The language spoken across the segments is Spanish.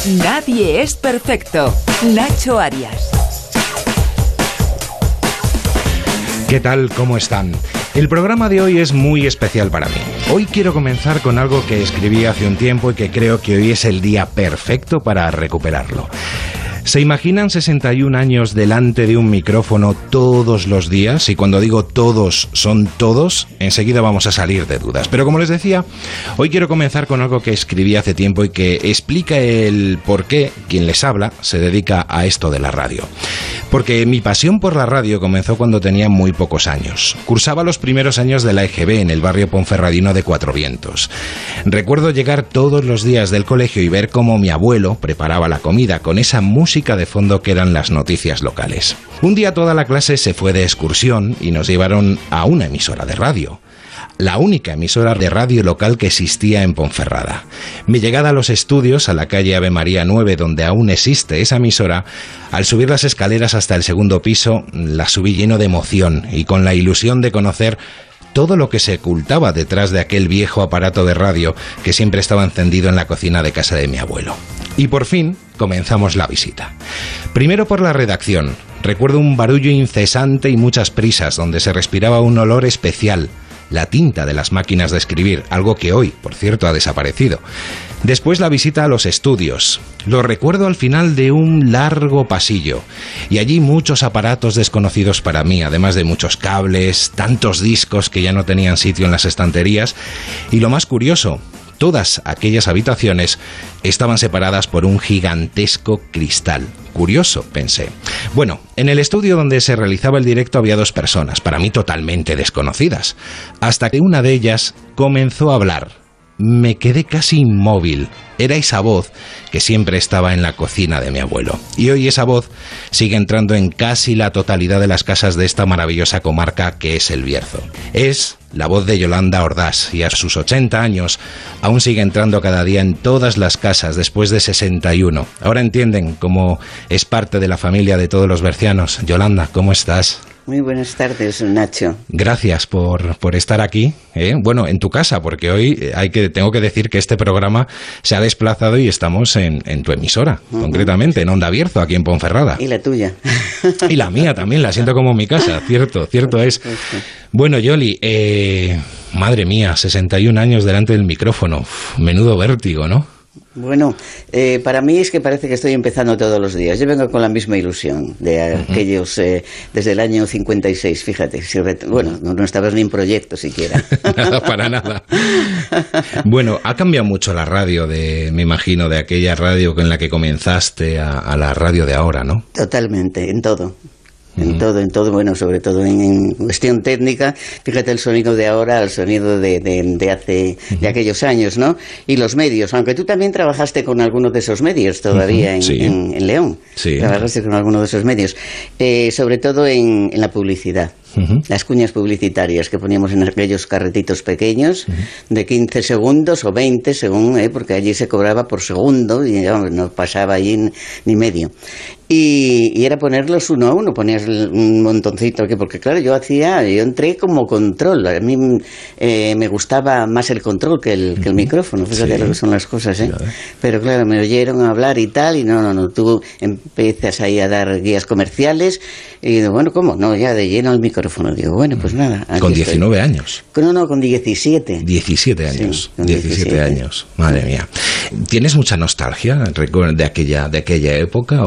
Nadie es perfecto. Nacho Arias. ¿Qué tal? ¿Cómo están? El programa de hoy es muy especial para mí. Hoy quiero comenzar con algo que escribí hace un tiempo y que creo que hoy es el día perfecto para recuperarlo. ¿Se imaginan 61 años delante de un micrófono todos los días? Y cuando digo todos, son todos, enseguida vamos a salir de dudas. Pero como les decía, hoy quiero comenzar con algo que escribí hace tiempo y que explica el por qué quien les habla se dedica a esto de la radio. Porque mi pasión por la radio comenzó cuando tenía muy pocos años. Cursaba los primeros años de la EGB en el barrio ponferradino de Cuatro Vientos. Recuerdo llegar todos los días del colegio y ver cómo mi abuelo preparaba la comida con esa música de fondo que eran las noticias locales. Un día toda la clase se fue de excursión y nos llevaron a una emisora de radio. La única emisora de radio local que existía en Ponferrada. Mi llegada a los estudios, a la calle Ave María 9, donde aún existe esa emisora, al subir las escaleras hasta el segundo piso, la subí lleno de emoción y con la ilusión de conocer todo lo que se ocultaba detrás de aquel viejo aparato de radio que siempre estaba encendido en la cocina de casa de mi abuelo. Y por fin comenzamos la visita. Primero por la redacción. Recuerdo un barullo incesante y muchas prisas, donde se respiraba un olor especial. La tinta de las máquinas de escribir, algo que hoy, por cierto, ha desaparecido. Después la visita a los estudios. Lo recuerdo al final de un largo pasillo. Y allí muchos aparatos desconocidos para mí, además de muchos cables, tantos discos que ya no tenían sitio en las estanterías. Y lo más curioso, todas aquellas habitaciones estaban separadas por un gigantesco cristal. Curioso, pensé. Bueno, en el estudio donde se realizaba el directo había dos personas, para mí totalmente desconocidas, hasta que una de ellas comenzó a hablar. Me quedé casi inmóvil. Era esa voz que siempre estaba en la cocina de mi abuelo. Y hoy esa voz sigue entrando en casi la totalidad de las casas de esta maravillosa comarca que es el Bierzo. Es la voz de Yolanda Ordaz y a sus 80 años aún sigue entrando cada día en todas las casas después de 61. Ahora entienden cómo es parte de la familia de todos los bercianos. Yolanda, ¿cómo estás? Muy buenas tardes, Nacho. Gracias por estar aquí, bueno, en tu casa, porque hoy tengo que decir que este programa se ha desplazado y estamos en tu emisora, concretamente en Onda Bierzo, aquí en Ponferrada. Y la tuya. Y la mía también, la siento como mi casa, cierto es. Bueno, Yoli, madre mía, 61 años delante del micrófono, menudo vértigo, ¿no? Bueno, para mí es que parece que estoy empezando todos los días. Yo vengo con la misma ilusión de aquellos, desde el año 56, fíjate. Bueno, no estabas ni en proyecto siquiera. Nada, para nada. Bueno, ha cambiado mucho la radio, me imagino, de aquella radio con la que comenzaste a la radio de ahora, ¿no? Totalmente, en todo. En todo, bueno, sobre todo en cuestión técnica, fíjate el sonido de ahora al sonido de aquellos años, ¿no? Y los medios, aunque tú también trabajaste con algunos de esos medios todavía en León, sí. Trabajaste con algunos de esos medios, sobre todo en la publicidad. Las cuñas publicitarias que poníamos en aquellos carretitos pequeños de 15 segundos o 20 según, porque allí se cobraba por segundo y no pasaba allí ni medio. Y era ponerlos uno a uno, ponías un montoncito aquí, porque claro, yo entré como control. A mí me gustaba más el control que el micrófono, fíjate lo que son las cosas, Claro. Pero claro, me oyeron hablar y tal, y no, tú empiezas ahí a dar guías comerciales, y digo, bueno, ¿cómo? No, ya de lleno el micrófono. Digo, bueno, pues nada. ¿Con 19 años? No, con 17. 17 años. Sí, con 17 años. Madre mía. ¿Tienes mucha nostalgia de aquella época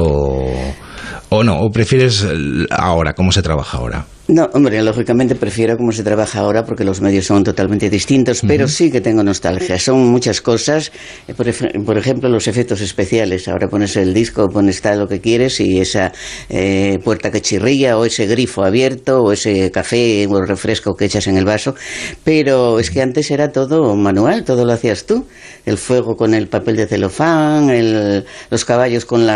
o no? ¿O prefieres ahora? ¿Cómo se trabaja ahora? No, hombre, lógicamente prefiero cómo se trabaja ahora porque los medios son totalmente distintos, pero sí que tengo nostalgia. Son muchas cosas, por ejemplo, los efectos especiales. Ahora pones el disco, pones tal lo que quieres y esa puerta que chirría o ese grifo abierto o ese café o refresco que echas en el vaso. Pero es que antes era todo manual, todo lo hacías tú. El fuego con el papel de celofán, los caballos con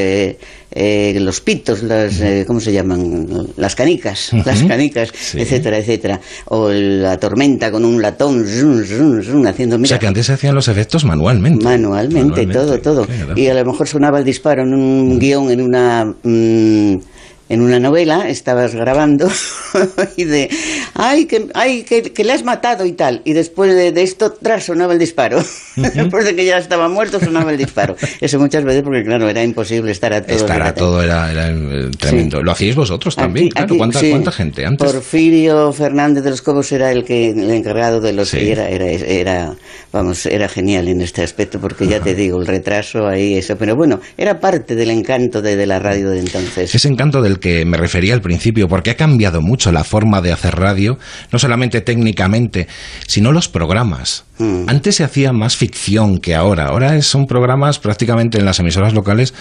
los pitos, ¿cómo se llaman? Las canicas. Las canicas, sí. etcétera. O la tormenta con un latón, haciendo... Mira, o sea, que antes se hacían los efectos manualmente. Manualmente, todo. Y a lo mejor sonaba el disparo en un guión, en una en una novela, estabas grabando y que le has matado y tal, y después de esto, tras sonaba el disparo. Después de que ya estaba muerto, sonaba el disparo. Eso muchas veces porque, claro, era imposible estar a todo. Estar a todo era tremendo. Sí. ¿Lo hacíais vosotros también? Claro, ¿cuánta gente antes? Porfirio Fernández de los Cobos era el encargado de los... Sí. Y era genial en este aspecto, porque ya te digo, el retraso ahí, eso. Pero bueno, era parte del encanto de la radio de entonces. Ese encanto del que me refería al principio, porque ha cambiado mucho la forma de hacer radio, no solamente técnicamente, sino los programas. Antes se hacía más ficción que ahora. Ahora son programas prácticamente en las emisoras locales.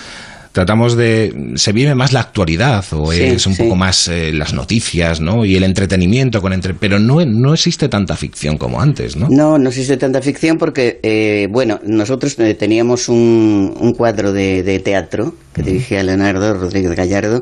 Se vive más la actualidad, o es un poco más las noticias, ¿no? Y el entretenimiento pero no existe tanta ficción como antes, ¿no? No existe tanta ficción porque, nosotros teníamos un cuadro de teatro que dirigía Leonardo Rodríguez Gallardo,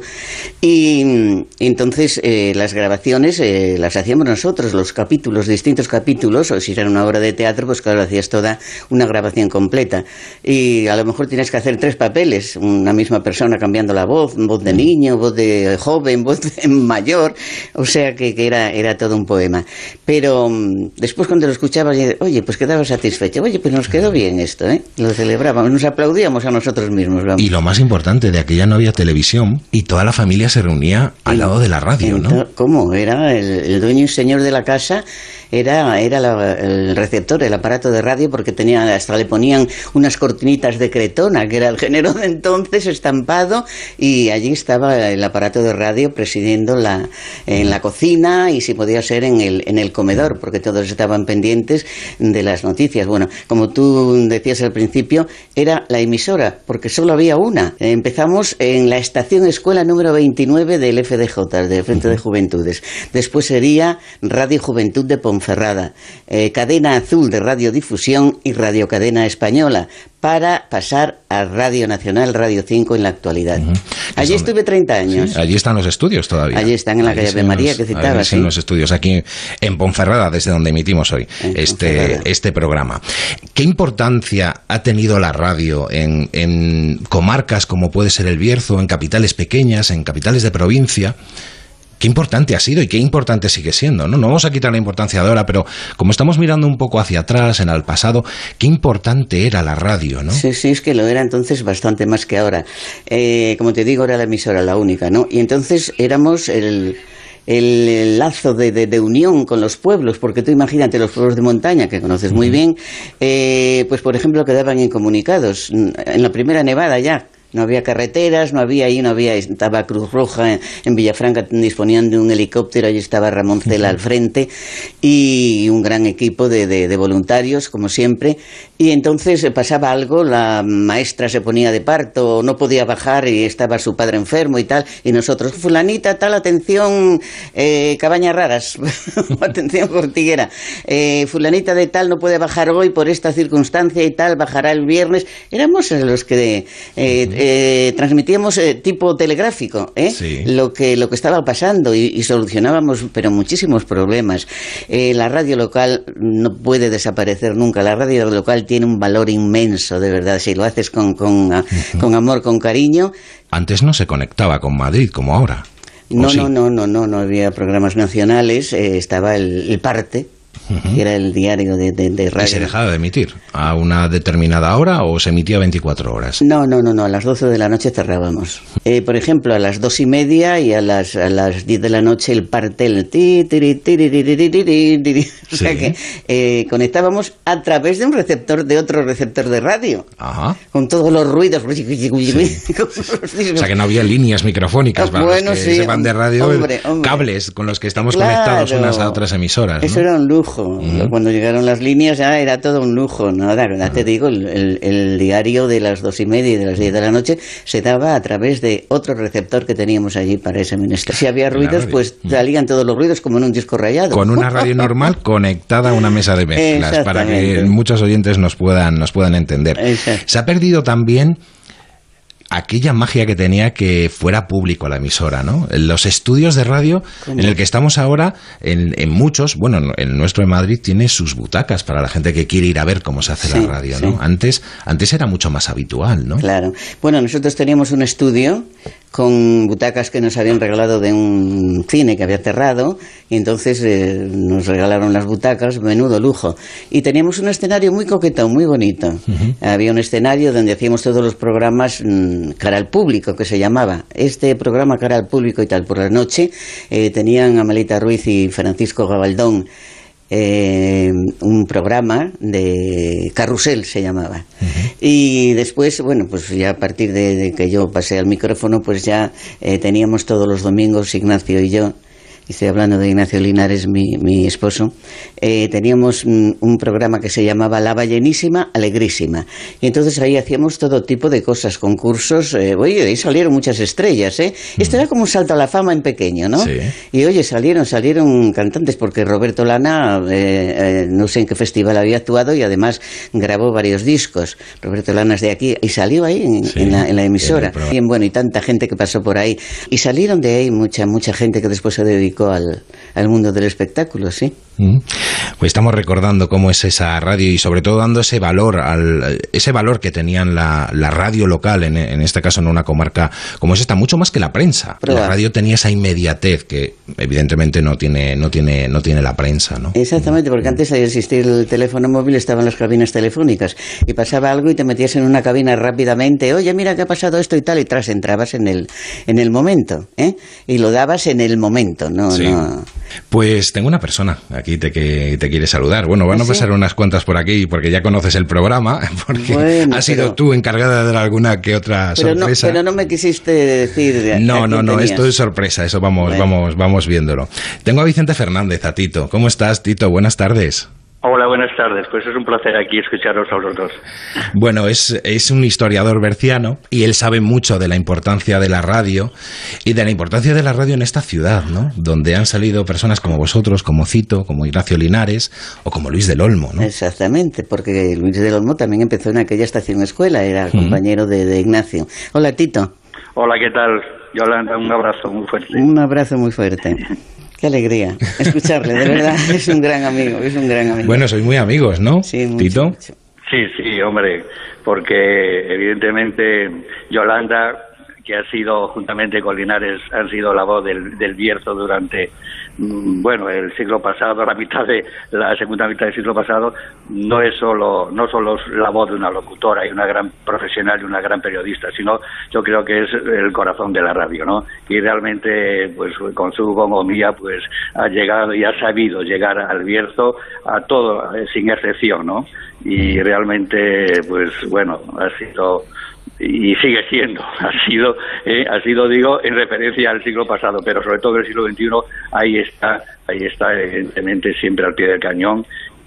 y entonces las grabaciones las hacíamos nosotros, los capítulos, distintos capítulos, o si era una obra de teatro, pues claro, hacías toda una grabación completa, y a lo mejor tienes que hacer 3 papeles, una misma persona cambiando la voz de niño, voz de joven, voz de mayor, o sea que era todo un poema. Pero después cuando lo escuchabas, oye, pues quedaba satisfecho, oye, pues nos quedó bien esto, ¿eh? Lo celebrábamos, nos aplaudíamos a nosotros mismos. Vamos. Y lo más importante, de aquella no había televisión y toda la familia se reunía al lado de la radio, ¿no? ¿Cómo? Era el dueño y señor de la casa, era el receptor, el aparato de radio, porque hasta le ponían unas cortinitas de cretona, que era el género de entonces, estampado, y allí estaba el aparato de radio presidiendo en la cocina, y si podía ser en el comedor, porque todos estaban pendientes de las noticias. Bueno, como tú decías al principio, era la emisora, porque solo había una. Empezamos en la estación escuela número 29 del FDJ, del Frente de Juventudes. Después sería Radio Juventud de Ponferrada, Cadena Azul de Radiodifusión y Radio Cadena Española, para pasar a Radio Nacional, Radio 5 en la actualidad. Allí estuve 30 años. Sí, allí están los estudios todavía. Allí están en la calle Ave María que citabas. Sí, en los estudios, aquí en Ponferrada, desde donde emitimos hoy este programa. ¿Qué importancia ha tenido la radio en comarcas como puede ser el Bierzo, en capitales pequeñas, en capitales de provincia? Qué importante ha sido y qué importante sigue siendo, ¿no? No vamos a quitar la importancia de ahora, pero como estamos mirando un poco hacia atrás, en el pasado, qué importante era la radio, ¿no? Sí, es que lo era entonces bastante más que ahora. Como te digo, era la emisora la única, ¿no? Y entonces éramos el lazo de unión con los pueblos, porque tú imagínate los pueblos de montaña, que conoces muy bien, pues por ejemplo quedaban incomunicados. En la primera nevada ya, no había carreteras, estaba Cruz Roja en Villafranca, disponían de un helicóptero, allí estaba Ramón Cela al frente, y un gran equipo de voluntarios, como siempre, y entonces pasaba algo, la maestra se ponía de parto, no podía bajar y estaba su padre enfermo y tal, y nosotros, fulanita, tal, atención, Cabañas Raras, atención Cortiguera, fulanita de tal no puede bajar hoy por esta circunstancia y tal, bajará el viernes. Éramos los que transmitíamos tipo telegráfico, sí, lo que estaba pasando, y solucionábamos pero muchísimos problemas. La radio local no puede desaparecer nunca. La radio local tiene un valor inmenso, de verdad, si lo haces con amor, con cariño. Antes no se conectaba con Madrid como ahora. No había programas nacionales, estaba el Parte, que era el diario de radio. ¿Y se dejaba de emitir a una determinada hora o se emitía 24 horas? No, a las 12 de la noche cerrábamos. Por ejemplo, a las 2:30 y a las 10 de la noche el Parte, el o sea que conectábamos a través de un receptor, de otro receptor de radio. Ajá. Con todos los ruidos. Sí. O sea que no había líneas microfónicas para los que sepan de radio, hombre. Cables con los que estamos conectados unas a otras emisoras, ¿no? Eso era un lujo. Cuando llegaron las líneas ya era todo un lujo. Nada, te digo, el diario de las 2:30 y de las 10 de la noche se daba a través de otro receptor que teníamos allí para ese menester. Si había ruidos, pues salían todos los ruidos como en un disco rayado. Con una radio normal conectada a una mesa de mezclas, para que muchos oyentes nos puedan entender. Exacto. Se ha perdido también aquella magia que tenía que fuera público la emisora, ¿no? Los estudios de radio en el que estamos ahora, en muchos, bueno, el nuestro en Madrid tiene sus butacas para la gente que quiere ir a ver cómo se hace la radio, ¿no? Antes era mucho más habitual, ¿no? Claro. Bueno, nosotros teníamos un estudio con butacas que nos habían regalado de un cine que había cerrado, y entonces nos regalaron las butacas, menudo lujo. Y teníamos un escenario muy coquetón, muy bonito. Había un escenario donde hacíamos todos los programas cara al público, que se llamaba. Este programa cara al público y tal, por la noche tenían Amelita Ruiz y Francisco Gabaldón un programa de Carrusel, se llamaba. Y después, bueno, pues ya a partir de que yo pasé al micrófono, pues ya teníamos todos los domingos, Ignacio y yo, y estoy hablando de Ignacio Linares, mi esposo, teníamos un programa que se llamaba La Ballenísima Alegrísima, y entonces ahí hacíamos todo tipo de cosas, concursos, oye, ahí salieron muchas estrellas, Esto era como un salto a la fama en pequeño, ¿no? Sí. Y oye, salieron cantantes, porque Roberto Lana, no sé en qué festival había actuado, y además grabó varios discos. Roberto Lana es de aquí, y salió ahí en la emisora. Bien, bueno, y tanta gente que pasó por ahí, y salieron de ahí mucha gente que después se dedicó al mundo del espectáculo, sí. Pues estamos recordando cómo es esa radio, y sobre todo dando ese valor que tenían la radio local, en este caso en una comarca como es esta, mucho más que la prensa. La radio tenía esa inmediatez que evidentemente no tiene la prensa, ¿no? Exactamente, porque antes de existir el teléfono móvil estaban las cabinas telefónicas, y pasaba algo y te metías en una cabina rápidamente, oye, mira que ha pasado esto y tal, y tras entrabas en el momento, y lo dabas en el momento, ¿no? Sí. No. Pues tengo una persona aquí que te quiere saludar. Bueno, van a pasar unas cuantas por aquí porque ya conoces el programa, porque has sido tú encargada de dar alguna que otra sorpresa. Pero no me quisiste decir. No, esto es sorpresa, eso vamos viéndolo. Tengo a Vicente Fernández, a Tito. ¿Cómo estás, Tito? Buenas tardes. Hola, buenas tardes. Pues es un placer aquí escucharos a vosotros. Bueno, es un historiador berciano y él sabe mucho de la importancia de la radio y de la importancia de la radio en esta ciudad, ¿no? Donde han salido personas como vosotros, como Cito, como Ignacio Linares o como Luis del Olmo, ¿no? Exactamente, porque Luis del Olmo también empezó en aquella estación escuela, era compañero de Ignacio. Hola, Tito. Hola, ¿qué tal? Yolanda, un abrazo muy fuerte. Un abrazo muy fuerte. Qué alegría escucharle, de verdad, es un gran amigo. Bueno, sois muy amigos, ¿no? Sí, mucho, Tito. Mucho. Sí, hombre, porque evidentemente Yolanda, que ha sido, juntamente con Linares, han sido la voz del Bierzo durante, el siglo pasado, la segunda mitad del siglo pasado, no solo la voz de una locutora y una gran profesional y una gran periodista, sino yo creo que es el corazón de la radio, ¿no? Y realmente, pues con su bonhomía, pues ha llegado y ha sabido llegar al Bierzo a todo, sin excepción, ¿no? Y realmente, pues bueno, ha sido y sigue siendo, ha sido digo en referencia al siglo pasado, pero sobre todo el siglo XXI, ahí está evidentemente siempre al pie del cañón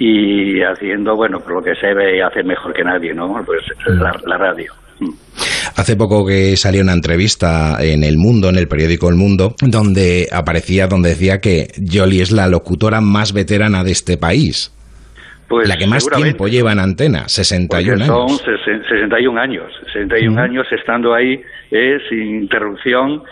y haciendo, por lo que se ve hace mejor que nadie, ¿no? Pues la radio. Hace poco que salió una entrevista en El Mundo, en el periódico El Mundo, donde decía que Yoli es la locutora más veterana de este país. Pues la que más tiempo lleva en antena, 61 años. Son 61 años estando ahí sin interrupción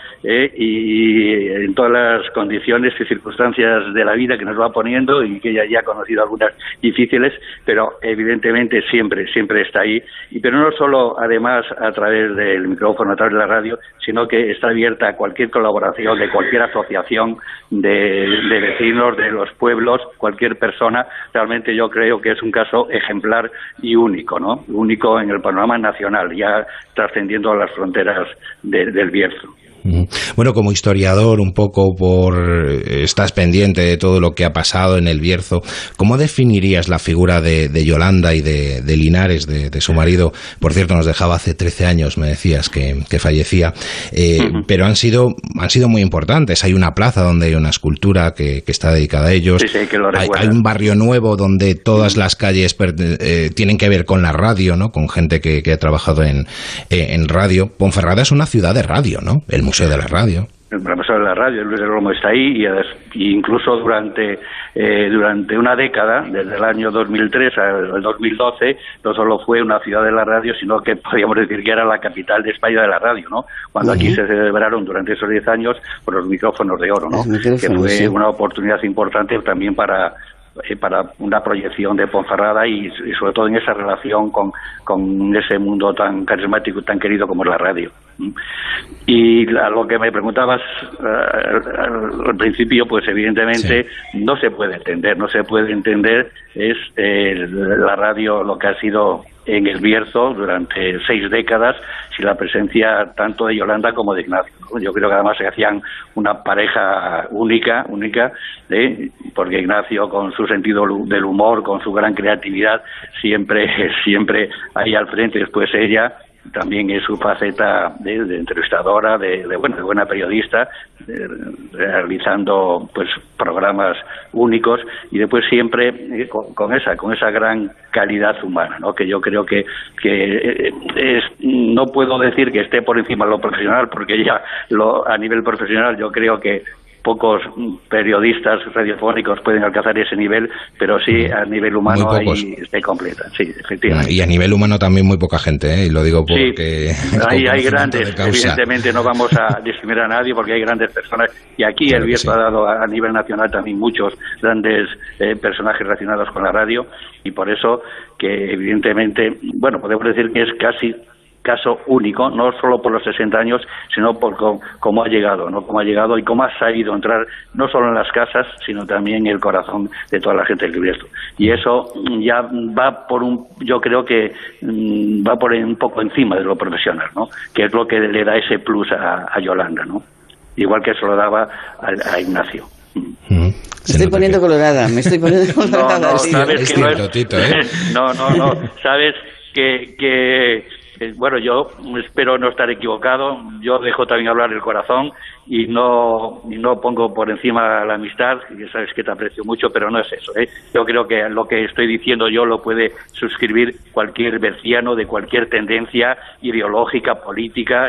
y en todas las condiciones y circunstancias de la vida que nos va poniendo y que ella ya ha conocido algunas difíciles, pero evidentemente siempre está ahí. Pero no solo, además, a través del micrófono, a través de la radio, sino que está abierta a cualquier colaboración de cualquier asociación de vecinos, de los pueblos, cualquier persona. Realmente yo creo que es un caso ejemplar y único, ¿no? Único en el panorama nacional, ya trascendiendo las fronteras del Bierzo. Bueno, como historiador, un poco estás pendiente de todo lo que ha pasado en el Bierzo. ¿Cómo definirías la figura de Yolanda y de Linares, de su marido? Por cierto, nos dejaba hace 13 años, me decías, que fallecía. Pero han sido muy importantes. Hay una plaza donde hay una escultura que está dedicada a ellos. Sí, que lo recuerda. Hay un barrio nuevo donde todas las calles tienen que ver con la radio, ¿no? Con gente que ha trabajado en radio. Ponferrada es una ciudad de radio, ¿no? El Museo de la Radio. El Museo de la Radio, Luis del Olmo está ahí y incluso durante una década, desde el año 2003 al 2012, no solo fue una ciudad de la radio, sino que podríamos decir que era la capital de España de la radio, ¿no? Cuando aquí se celebraron durante esos 10 años por los micrófonos de oro, ¿no? Que fue una oportunidad importante también para para una proyección de Ponferrada y sobre todo en esa relación con ese mundo tan carismático y tan querido como es la radio. Y a lo que me preguntabas al principio, pues evidentemente no se puede entender es la radio, lo que ha sido en El Bierzo durante 6 décadas, sin la presencia tanto de Yolanda como de Ignacio, ¿no? Yo creo que además se hacían una pareja única, porque Ignacio, con su sentido del humor, con su gran creatividad, siempre ahí al frente. Después ella también es su faceta de entrevistadora, de buena periodista, realizando pues programas únicos, y después siempre con esa gran calidad humana, ¿no? Que yo creo que no puedo decir que esté por encima de lo profesional, porque ya a nivel profesional yo creo que pocos periodistas radiofónicos pueden alcanzar ese nivel, pero sí a nivel humano ahí se completa, sí, efectivamente. Y a nivel humano también muy poca gente, ¿eh? Y lo digo porque... Sí, hay grandes, evidentemente no vamos a discriminar a nadie porque hay grandes personas, y aquí claro, El Bierzo ha dado a nivel nacional también muchos grandes personajes relacionados con la radio, y por eso que evidentemente, bueno, podemos decir que es casi caso único, no solo por los 60 años, sino por cómo ha llegado, ¿no? Cómo ha llegado y cómo ha sabido entrar no solo en las casas, sino también en el corazón de toda la gente del Bierzo. Y eso ya va yo creo que va por un poco encima de lo profesional, ¿no? Que es lo que le da ese plus a Yolanda, ¿no? Igual que se lo daba a Ignacio. Me estoy poniendo colorada. No, sabes que no es... Tito, ¿eh? No, sabes que bueno, yo espero no estar equivocado. Yo dejo también hablar el corazón y no pongo por encima la amistad, y sabes que te aprecio mucho, pero no es eso, ¿eh? Yo creo que lo que estoy diciendo yo lo puede suscribir cualquier berciano de cualquier tendencia ideológica, política,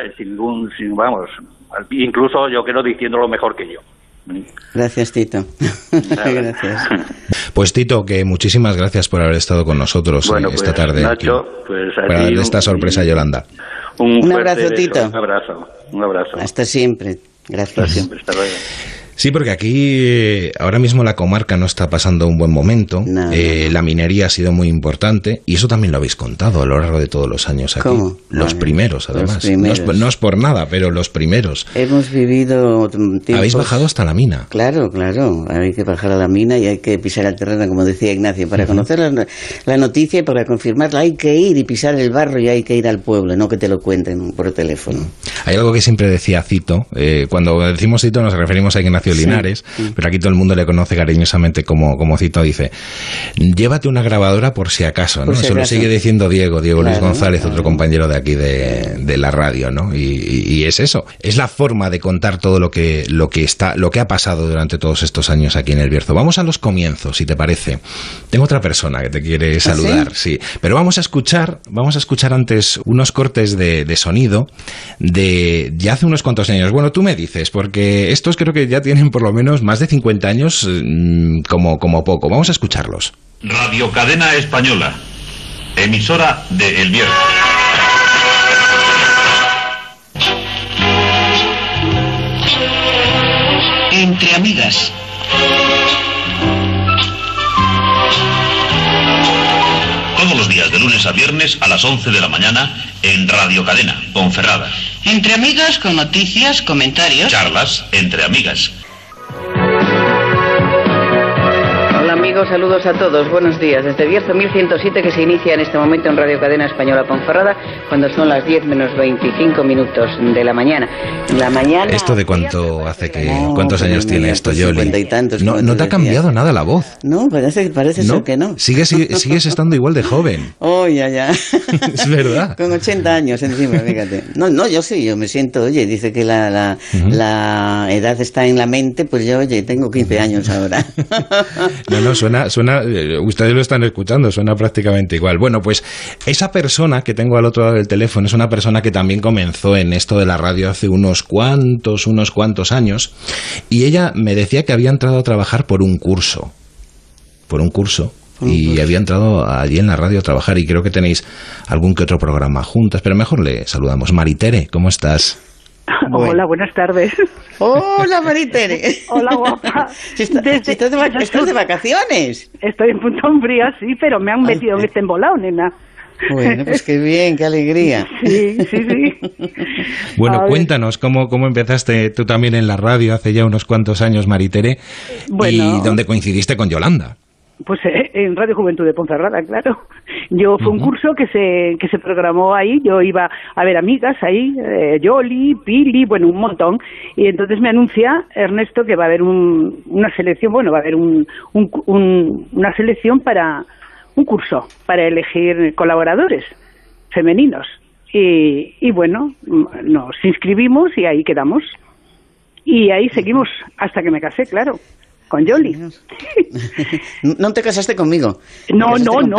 incluso yo creo diciéndolo mejor que yo. Gracias, Tito. Gracias. Pues Tito, que muchísimas gracias por haber estado con nosotros esta tarde. Nacho, pues a para darle esta sorpresa a Yolanda. Un abrazo, Tito. Un abrazo. Hasta siempre. Gracias. Hasta siempre. Hasta luego. Sí, porque aquí ahora mismo la comarca no está pasando un buen momento. No. La minería ha sido muy importante y eso también lo habéis contado a lo largo de todos los años aquí. ¿Cómo? Los primeros, además. Los primeros. No es por nada, pero los primeros. Hemos vivido tiempos... Habéis bajado hasta la mina. Claro. Hay que bajar a la mina y hay que pisar el terreno, como decía Ignacio. Para conocer la noticia y para confirmarla hay que ir y pisar el barro y hay que ir al pueblo, no que te lo cuenten por teléfono. Hay algo que siempre decía Cito. Cuando decimos Cito nos referimos a Ignacio Linares, pero aquí todo el mundo le conoce cariñosamente como Cito. Dice, llévate una grabadora por si acaso, ¿no? Eso lo sigue diciendo Diego Luis González, otro compañero de aquí de la radio, ¿no? Y es eso, es la forma de contar todo lo que ha pasado durante todos estos años aquí en El Bierzo. Vamos a los comienzos, si te parece. Tengo otra persona que te quiere saludar, sí. Pero vamos a escuchar antes unos cortes de sonido de ya hace unos cuantos años. Bueno, tú me dices, porque estos creo que ya tienen por lo menos más de 50 años como poco. Vamos a escucharlos. Radio Cadena Española, emisora de El Bierzo. Entre amigas. Todos los días de lunes a viernes a las 11 de la mañana en Radio Cadena, Ponferrada. Entre amigas, con noticias, comentarios. Charlas entre amigas. Hola amigos, saludos a todos, buenos días. Desde Bierzo 1107 que se inicia en este momento en Radio Cadena Española Ponferrada cuando son las 10 menos 25 minutos de la mañana. ¿Esto de cuánto hace que... ¿Cuántos años tiene esto, Yoli? 50 y tantos. No te ha cambiado nada la voz. No, parece ¿No? ser que no. Sigues estando igual de joven. Oh, ya. Es verdad. Con 80 años encima, fíjate. No, yo me siento, oye, dice que la edad está en la mente, pues yo, oye, tengo 15 años ahora. No, suena, ustedes lo están escuchando, suena prácticamente igual. Bueno, pues esa persona que tengo al otro lado del teléfono es una persona que también comenzó en esto de la radio hace unos cuantos años, y ella me decía que había entrado a trabajar por un curso. Y había entrado allí en la radio a trabajar, y creo que tenéis algún que otro programa juntas, pero mejor le saludamos. Maritere, ¿cómo estás? Bueno. Hola, buenas tardes. Hola, Maritere. Hola, guapa. ¿Estás de vacaciones? Estoy en Punta Umbría, sí, pero me han metido en este embolado, nena. Bueno, pues qué bien, qué alegría. Sí. Bueno, cuéntanos cómo empezaste tú también en la radio hace ya unos cuantos años, Maritere, y dónde coincidiste con Yolanda. Pues en Radio Juventud de Ponferrada, claro. Fue un curso que se programó ahí. Yo iba a ver amigas ahí, Yoli, Pili, bueno, un montón. Y entonces me anuncia Ernesto que va a haber una selección, va a haber una selección para un curso para elegir colaboradores femeninos. Y bueno, nos inscribimos y ahí quedamos. Y ahí seguimos hasta que me casé, claro. Con Yoli. ¿No te casaste conmigo? No.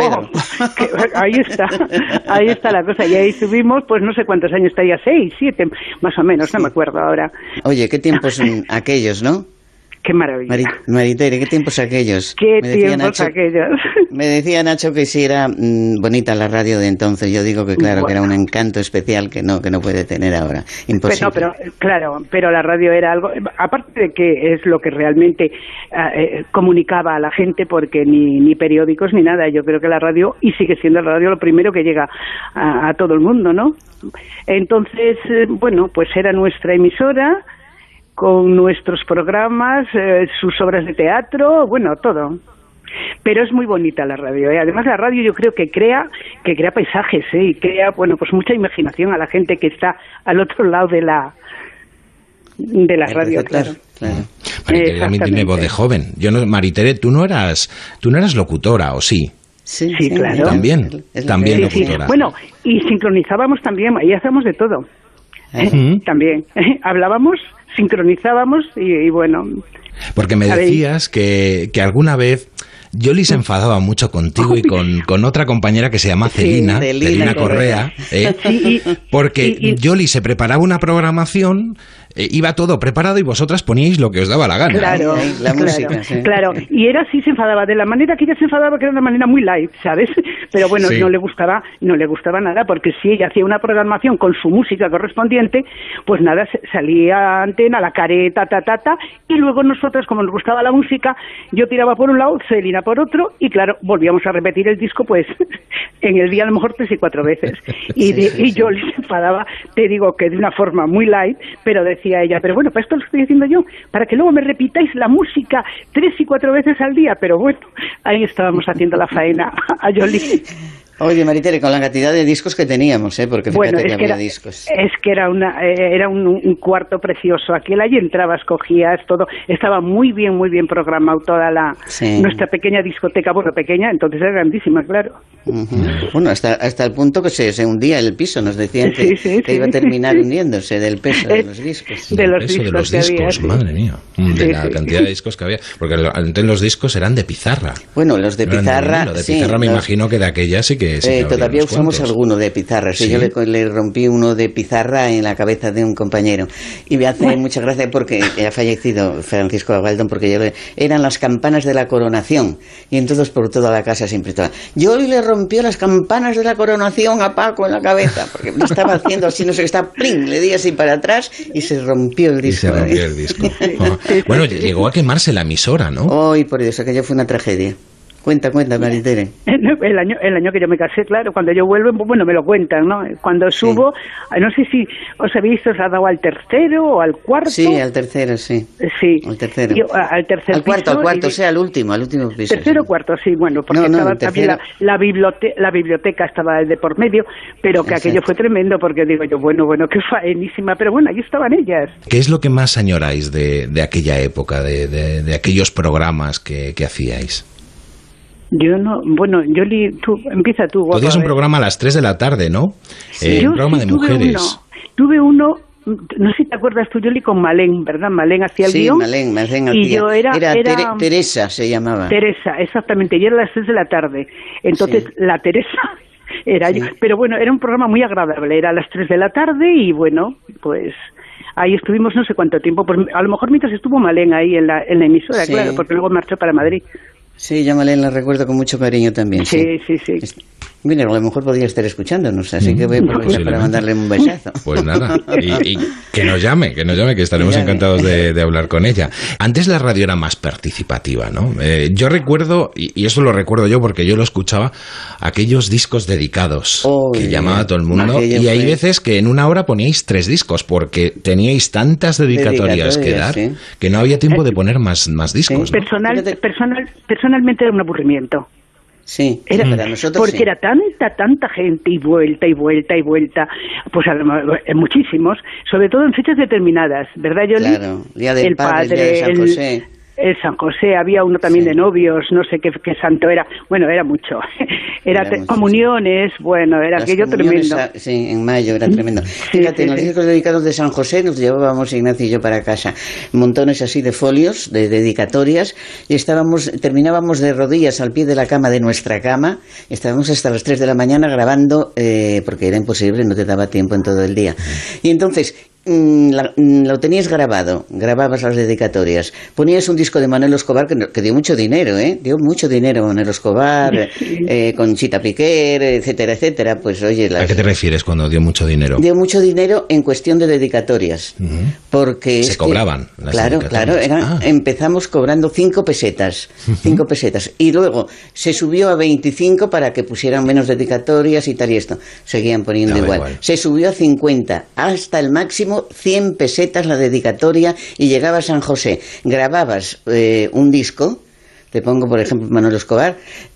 Ahí está la cosa. Y ahí estuvimos, pues no sé cuántos años estaría, 6, 7, más o menos, no me acuerdo ahora. Oye, qué tiempos aquellos, ¿no? Qué maravilla. Maritere, qué tiempos aquellos. Aquellos. Me decía Nacho que sí era bonita la radio de entonces. Yo digo que claro, que era un encanto especial que no puede tener ahora. Imposible. Pero la radio era algo, aparte de que es lo que realmente comunicaba a la gente, porque ni periódicos ni nada. Yo creo que la radio, y sigue siendo la radio lo primero que llega a todo el mundo, ¿no? Entonces, pues era nuestra emisora, con nuestros programas, sus obras de teatro, todo. Pero es muy bonita la radio, ¿eh? Además la radio yo creo que crea paisajes, ¿eh? Y crea, pues mucha imaginación a la gente que está al otro lado de la radio, claro. Maritere también tiene voz de joven. Maritere, tú no eras locutora, ¿o sí? Sí, claro. También locutora. Sí. Bueno, y sincronizábamos también, ahí hacíamos de todo. También. Hablábamos, sincronizábamos y bueno. Porque me decías que alguna vez Yoli se enfadaba mucho contigo y con otra compañera que se llama Celina Correa, porque Yoli se preparaba una programación, iba todo preparado y vosotras poníais lo que os daba la gana. Claro, la música. Sí. Claro, y era así, se enfadaba de la manera que ella se enfadaba, que era de una manera muy light, ¿sabes? Pero bueno, sí. no le gustaba nada, porque si ella hacía una programación con su música correspondiente, pues nada, salía antena, la careta, y luego nosotros, como nos gustaba la música, yo tiraba por un lado, Celina por otro, y claro, volvíamos a repetir el disco, pues, en el día a lo mejor 3 y 4 veces. Y yo les enfadaba, te digo que de una forma muy light, pero decía ella, pero bueno, para esto lo estoy haciendo yo, para que luego me repitáis la música 3 y 4 veces al día, pero bueno, ahí estábamos haciendo la faena a Yoli. Oye, Maritere, con la cantidad de discos que teníamos, porque fíjate que había discos. Es que era un cuarto precioso. Aquí allí entrabas, cogías todo. Estaba muy bien programado toda nuestra pequeña discoteca. Bueno, pequeña, entonces era grandísima, claro. Bueno, hasta el punto que se hundía el piso. Nos decían que iba a terminar hundiéndose del peso de los discos. De los discos, madre mía. De la cantidad de discos que había. Porque antes los discos eran de pizarra. Bueno, los de pizarra. Lo de pizarra me imagino que de aquella sí que todavía usamos alguno de pizarra. Sí. Yo le rompí uno de pizarra en la cabeza de un compañero. Y me hace mucha gracia porque ha fallecido Francisco Agaldón, porque eran las campanas de la coronación. Y entonces por toda la casa siempre estaba. Yo le rompió las campanas de la coronación a Paco en la cabeza, porque me estaba haciendo así, no sé qué está, ¡pling! Le di así para atrás y se rompió el disco. Bueno, llegó a quemarse la emisora, ¿no? Ay, por Dios, aquello fue una tragedia. Cuenta, Maritere. El año que yo me casé, claro, cuando yo vuelvo, bueno, me lo cuentan, ¿no? Cuando subo, no sé si os habéis dado al tercero o al cuarto. Sí, al tercero, sí. Sí. Al tercero. Al tercer al cuarto, o sea, al último piso. Tercero o cuarto, sí, bueno, porque estaba también la biblioteca estaba de por medio, pero que aquello fue tremendo, porque digo yo, bueno, qué faenísima, pero bueno, allí estaban ellas. ¿Qué es lo que más añoráis de aquella época, de aquellos programas que hacíais? Yo no, bueno, Yoli, empieza tú. Podías un programa a las 3 de la tarde, ¿no? Un programa de mujeres. Tuve uno, no sé si te acuerdas tú, Yoli, con Malén, ¿verdad? Malén hacía el guión. Sí, Malén hacía. Y yo era Teresa se llamaba. Teresa, exactamente, y era a las 3 de la tarde. Entonces, la Teresa era yo. Pero bueno, era un programa muy agradable, era a las 3 de la tarde y bueno, pues ahí estuvimos no sé cuánto tiempo, pues a lo mejor mientras estuvo Malén ahí en la emisora, claro, porque luego marchó para Madrid. Sí, yo Malén la recuerdo con mucho cariño también. Sí. Mira, a lo mejor podría estar escuchándonos, así que voy a aprovechar para mandarle un besazo. Pues nada, y que nos llame, que estaremos encantados de hablar con ella. Antes la radio era más participativa, ¿no? Yo recuerdo, y eso lo recuerdo yo porque yo lo escuchaba, aquellos discos dedicados que llamaba a todo el mundo, y hay veces que en una hora poníais 3 discos porque teníais tantas dedicatorias que dar que no había tiempo de poner más discos. ¿No? Personalmente era un aburrimiento. Sí, era para nosotros porque era tanta gente y vuelta, pues muchísimos, sobre todo en fechas determinadas, ¿verdad, Yoli? Claro, Día del Padre, Día de San José. El San José, había uno también de novios, no sé qué santo era, bueno, era mucho, era comuniones, bueno, era aquello tremendo. Sí, en mayo era tremendo. Fíjate, en los discos dedicados de San José nos llevábamos Ignacio y yo para casa, montones así de folios, de dedicatorias, y terminábamos de rodillas al pie de la cama de nuestra cama, estábamos hasta las 3 de la mañana grabando, porque era imposible, no te daba tiempo en todo el día. Y entonces lo tenías grababas las dedicatorias, ponías un disco de Manolo Escobar que dio mucho dinero, dio mucho dinero Manolo Escobar, Conchita Piquer, etcétera, etcétera. Pues oye, ¿a qué te refieres cuando dio mucho dinero? Dio mucho dinero en cuestión de dedicatorias, porque se cobraban las claro, empezamos cobrando 5 pesetas, 5 pesetas, y luego se subió a 25 para que pusieran menos dedicatorias y tal, y esto seguían poniendo igual. Se subió a 50 hasta el máximo 100 pesetas la dedicatoria, y llegaba a San José, grababas un disco, te pongo por ejemplo Manolo Escobar,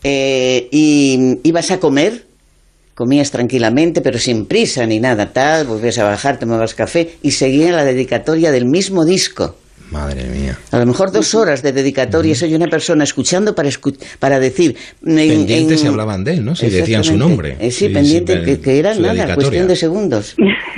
y ibas a comer, comías tranquilamente pero sin prisa ni nada tal, volvías a bajar, tomabas café y seguía la dedicatoria del mismo disco. Madre mía. A lo mejor 2 horas de dedicatoria, soy una persona escuchando para decir... Pendientes se hablaban de él, ¿no? Si decían su nombre. Sí, pendiente, que era nada, cuestión de segundos.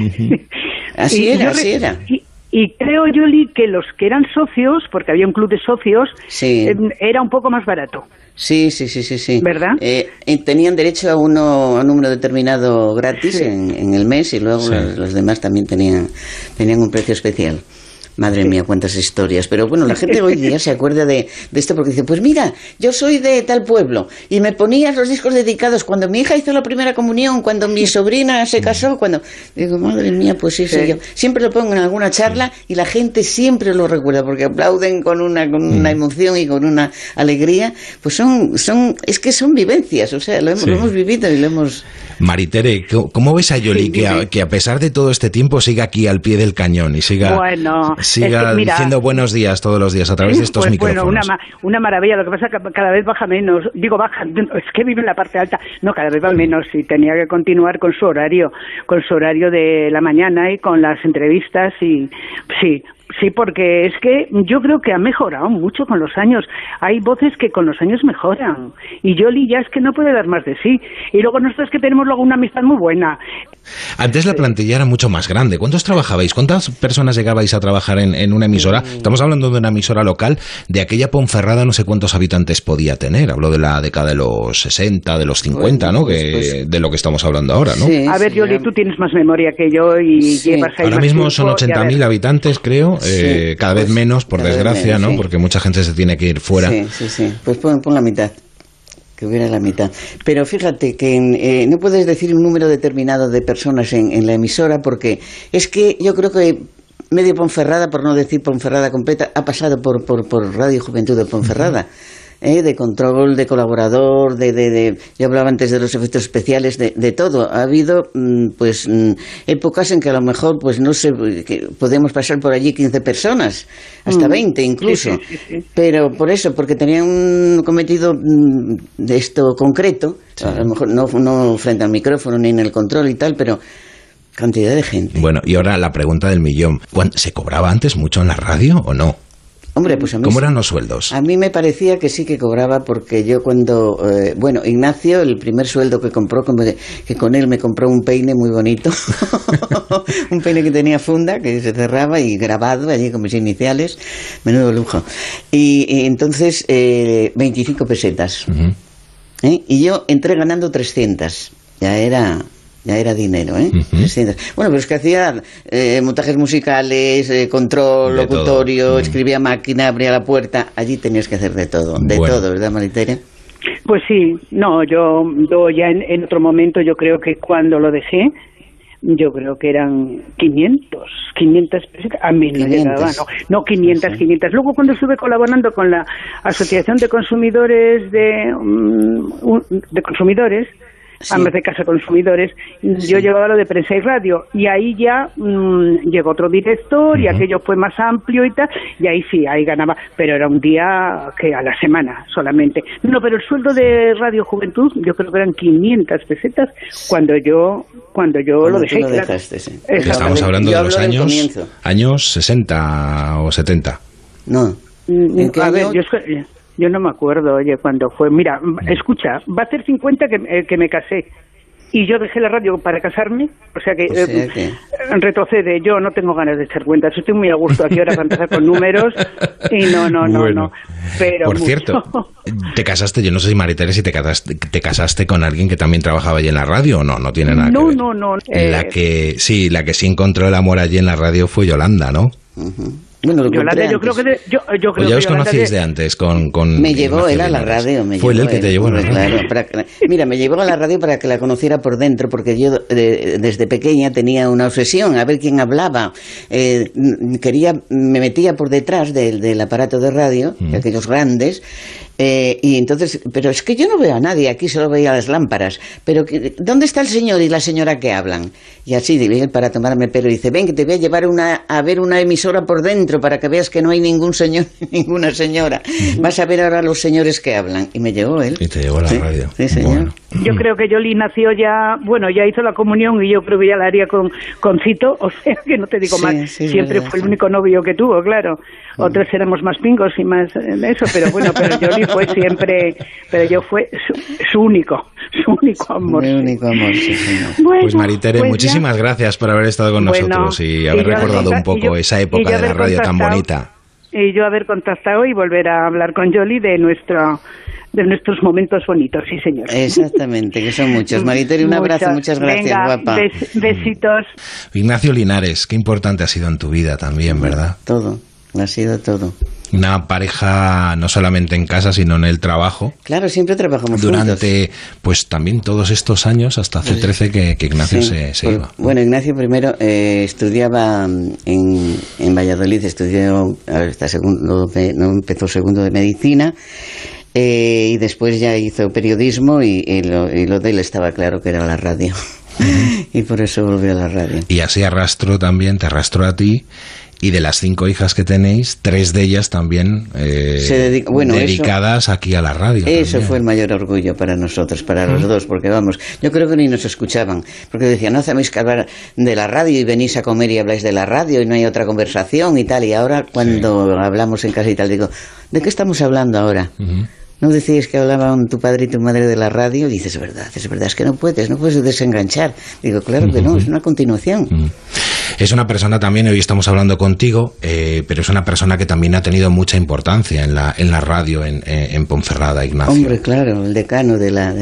Así era. Y creo, Yoli, que los que eran socios, porque había un club de socios, era un poco más barato. Sí. ¿Verdad? Tenían derecho a un número determinado gratis en el mes, y luego los demás también tenían un precio especial. Madre mía, cuántas historias. Pero bueno, la gente hoy día se acuerda de esto porque dice, pues mira, yo soy de tal pueblo y me ponías los discos dedicados cuando mi hija hizo la primera comunión, cuando mi sobrina se casó, cuando... Digo, madre mía, pues sí, soy yo. Siempre lo pongo en alguna charla y la gente siempre lo recuerda porque aplauden con una emoción y con una alegría. Pues es que son vivencias, o sea, lo hemos vivido y lo hemos... Maritere, ¿cómo ves a Yoli que a pesar de todo este tiempo siga aquí al pie del cañón y siga diciendo buenos días todos los días a través de estos micrófonos? Bueno, una maravilla. Lo que pasa es que cada vez baja menos. Baja, es que vive en la parte alta. No, cada vez va menos, y tenía que continuar con su horario de la mañana y con las entrevistas, y sí, porque es que yo creo que ha mejorado mucho con los años. Hay voces que con los años mejoran. Y Yoli ya es que no puede dar más de sí. Y luego nosotros que tenemos luego una amistad muy buena. Antes la plantilla era mucho más grande. ¿Cuántos trabajabais? ¿Cuántas personas llegabais a trabajar en una emisora? Estamos hablando de una emisora local. De aquella Ponferrada no sé cuántos habitantes podía tener. Hablo de la década de los 60, de los 50, ¿no? De lo que estamos hablando ahora, ¿no? Sí, a ver, Yoli, tú tienes más memoria que yo y llevas ahí. Ahora mismo son 80.000 habitantes, creo. Cada vez menos, por desgracia, menos, ¿no? Porque mucha gente se tiene que ir fuera. Sí. Pues pon la mitad. Que hubiera la mitad. Pero fíjate que no puedes decir un número determinado de personas en la emisora, porque es que yo creo que medio Ponferrada, por no decir Ponferrada completa, ha pasado por Radio Juventud de Ponferrada. De control, de colaborador, yo hablaba antes de los efectos especiales, de todo. Ha habido épocas en que a lo mejor pues no sé, que podemos pasar por allí 15 personas, hasta 20 incluso, sí. Pero por eso, porque tenían un cometido de esto concreto, a lo mejor no frente al micrófono ni en el control y tal, pero cantidad de gente. Bueno, y ahora la pregunta del millón, ¿se cobraba antes mucho en la radio o no? Hombre, pues a mí ¿cómo eran los sueldos? A mí me parecía que sí que cobraba, porque yo cuando... Ignacio, el primer sueldo que compró, que con él me compró un peine muy bonito, un peine que tenía funda, que se cerraba y grabado allí con mis iniciales, menudo lujo. Y entonces, 25 pesetas. Uh-huh. Y yo entré ganando 300, ya era dinero, Uh-huh. 300. Bueno, pero es que hacía montajes musicales, control, de locutorio, todo. Escribía máquina, abría la puerta. Allí tenías que hacer de todo, todo, ¿verdad, Maritere? Pues sí, no, yo ya en otro momento, yo creo que cuando lo dejé, yo creo que eran 500 pesetas, a mí no llegaba, no 500. Luego cuando estuve colaborando con la Asociación de Consumidores de Consumidores, ambas de Casa Consumidores, yo llevaba lo de prensa y radio, y ahí ya llegó otro director, y aquello fue más amplio y tal, y ahí sí, ahí ganaba, pero era un día que a la semana solamente. No, pero el sueldo de Radio Juventud, yo creo que eran 500 pesetas cuando yo lo dejé. Lo dejaste, sí. Estamos hablando de los años 60 o 70. No. A ver, yo no me acuerdo, oye, cuándo fue. Mira, escucha, va a ser 50 que me casé. Y yo dejé la radio para casarme, o sea que retrocede. Yo no tengo ganas de echar cuentas, estoy muy a gusto aquí ahora para empezar con números. Y no. Pero por cierto, te casaste, yo no sé si María si te casaste con alguien que también trabajaba allí en la radio o no tiene nada que ver. No. La que sí encontró el amor allí en la radio fue Yolanda, ¿no? Bueno, Yolanda, yo creo que ya os conocéis de antes con me llevó él a la radio. Fue él el que te llevó a la radio. Claro, mira, me llevó a la radio para que la conociera por dentro, porque yo desde pequeña tenía una obsesión a ver quién hablaba. Me metía por detrás del aparato de radio, de aquellos grandes. Y entonces, pero es que yo no veo a nadie, aquí solo veía las lámparas, pero ¿dónde está el señor y la señora que hablan? Y así, para tomarme pelo, dice, ven que te voy a llevar a ver una emisora por dentro para que veas que no hay ningún señor, ninguna señora. Vas a ver ahora los señores que hablan. Y me llevó él. Y te llevó a la radio. Sí, señor. Bueno. Yo creo que Yoli nació ya hizo la comunión y yo creo que ya la haría con Cito, o sea que no te digo más, siempre fue el único novio que tuvo, claro. Otros éramos más pingos y más eso, pero bueno, pero Yoli fue siempre, pero yo fue su único amor. Mi único amor, sí, señor. Bueno, pues Maritere, muchísimas gracias por haber estado con nosotros y haber recordado un poco esa época de la radio tan bonita. Y yo haber contactado y volver a hablar con Yoli de nuestros momentos bonitos, sí señor. Exactamente, que son muchos. Maritere, un abrazo, muchas gracias. Venga, guapa. Besitos. Ignacio Linares, qué importante ha sido en tu vida también, ¿verdad? Todo. Ha sido todo. Una pareja no solamente en casa, sino en el trabajo. Claro, siempre trabajamos durante, juntos. Pues también todos estos años, hasta hace 13 que Ignacio se iba. Bueno, Ignacio primero estudiaba en Valladolid, estudió hasta empezó segundo de medicina. Y después ya hizo periodismo y lo de él estaba claro que era la radio. Y por eso volvió a la radio. Y así te arrastró a ti. Y de las 5 hijas que tenéis, 3 de ellas también dedicadas aquí a la radio. Eso también. Fue el mayor orgullo para nosotros, para los dos, porque vamos, yo creo que ni nos escuchaban, porque decían, no hacéis que hablar de la radio y venís a comer y habláis de la radio y no hay otra conversación y tal, y ahora cuando hablamos en casa y tal, digo, ¿de qué estamos hablando ahora? ¿No decíais que hablaban tu padre y tu madre de la radio? Y dices, es verdad, es que no puedes desenganchar. Digo, claro que no, es una continuación. Es una persona también, hoy estamos hablando contigo, pero es una persona que también ha tenido mucha importancia en la radio en Ponferrada, Ignacio. Hombre, claro, el decano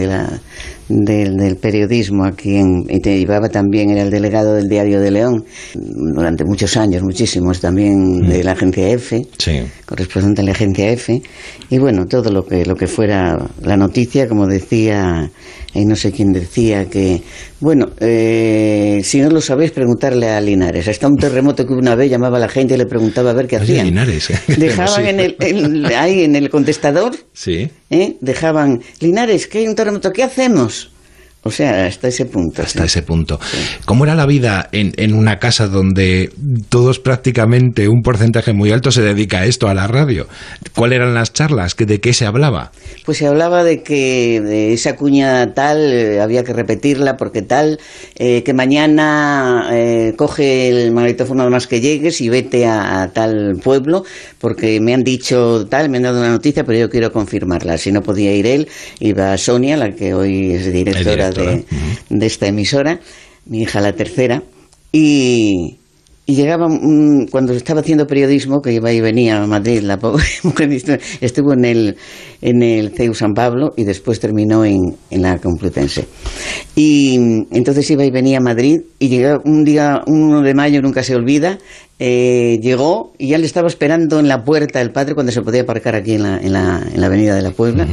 del periodismo aquí y te llevaba también, era el delegado del Diario de León durante muchos años, muchísimos, también de la agencia EFE, correspondiente a la agencia EFE, y bueno, todo lo que fuera la noticia, como decía, no sé quién decía que, bueno, si no lo sabéis, preguntarle a Linares. Hasta un terremoto que una vez llamaba a la gente y le preguntaba a ver qué hacían. Linares. Dejaban ahí en el contestador, dejaban, Linares, que hay un terremoto, ¿qué hacemos? O sea, hasta ese punto. Ese punto. Sí. ¿Cómo era la vida en una casa donde todos prácticamente, un porcentaje muy alto, se dedica a esto, a la radio? ¿Cuáles eran las charlas? ¿De qué se hablaba? Pues se hablaba de que de esa cuña tal había que repetirla porque tal, que mañana coge el magnetófono nada más que llegues y vete a tal pueblo porque me han dicho tal, me han dado una noticia, pero yo quiero confirmarla. Si no podía ir él, iba Sonia, la que hoy es directora de esta emisora, mi hija la tercera, y llegaba cuando estaba haciendo periodismo, que iba y venía a Madrid, la pobre mujer estuvo en en el CEU San Pablo y después terminó en la Complutense. Y entonces iba y venía a Madrid y llegó un día, 1 de mayo, nunca se olvida, llegó y ya le estaba esperando en la puerta el padre cuando se podía aparcar aquí en la avenida de la Puebla.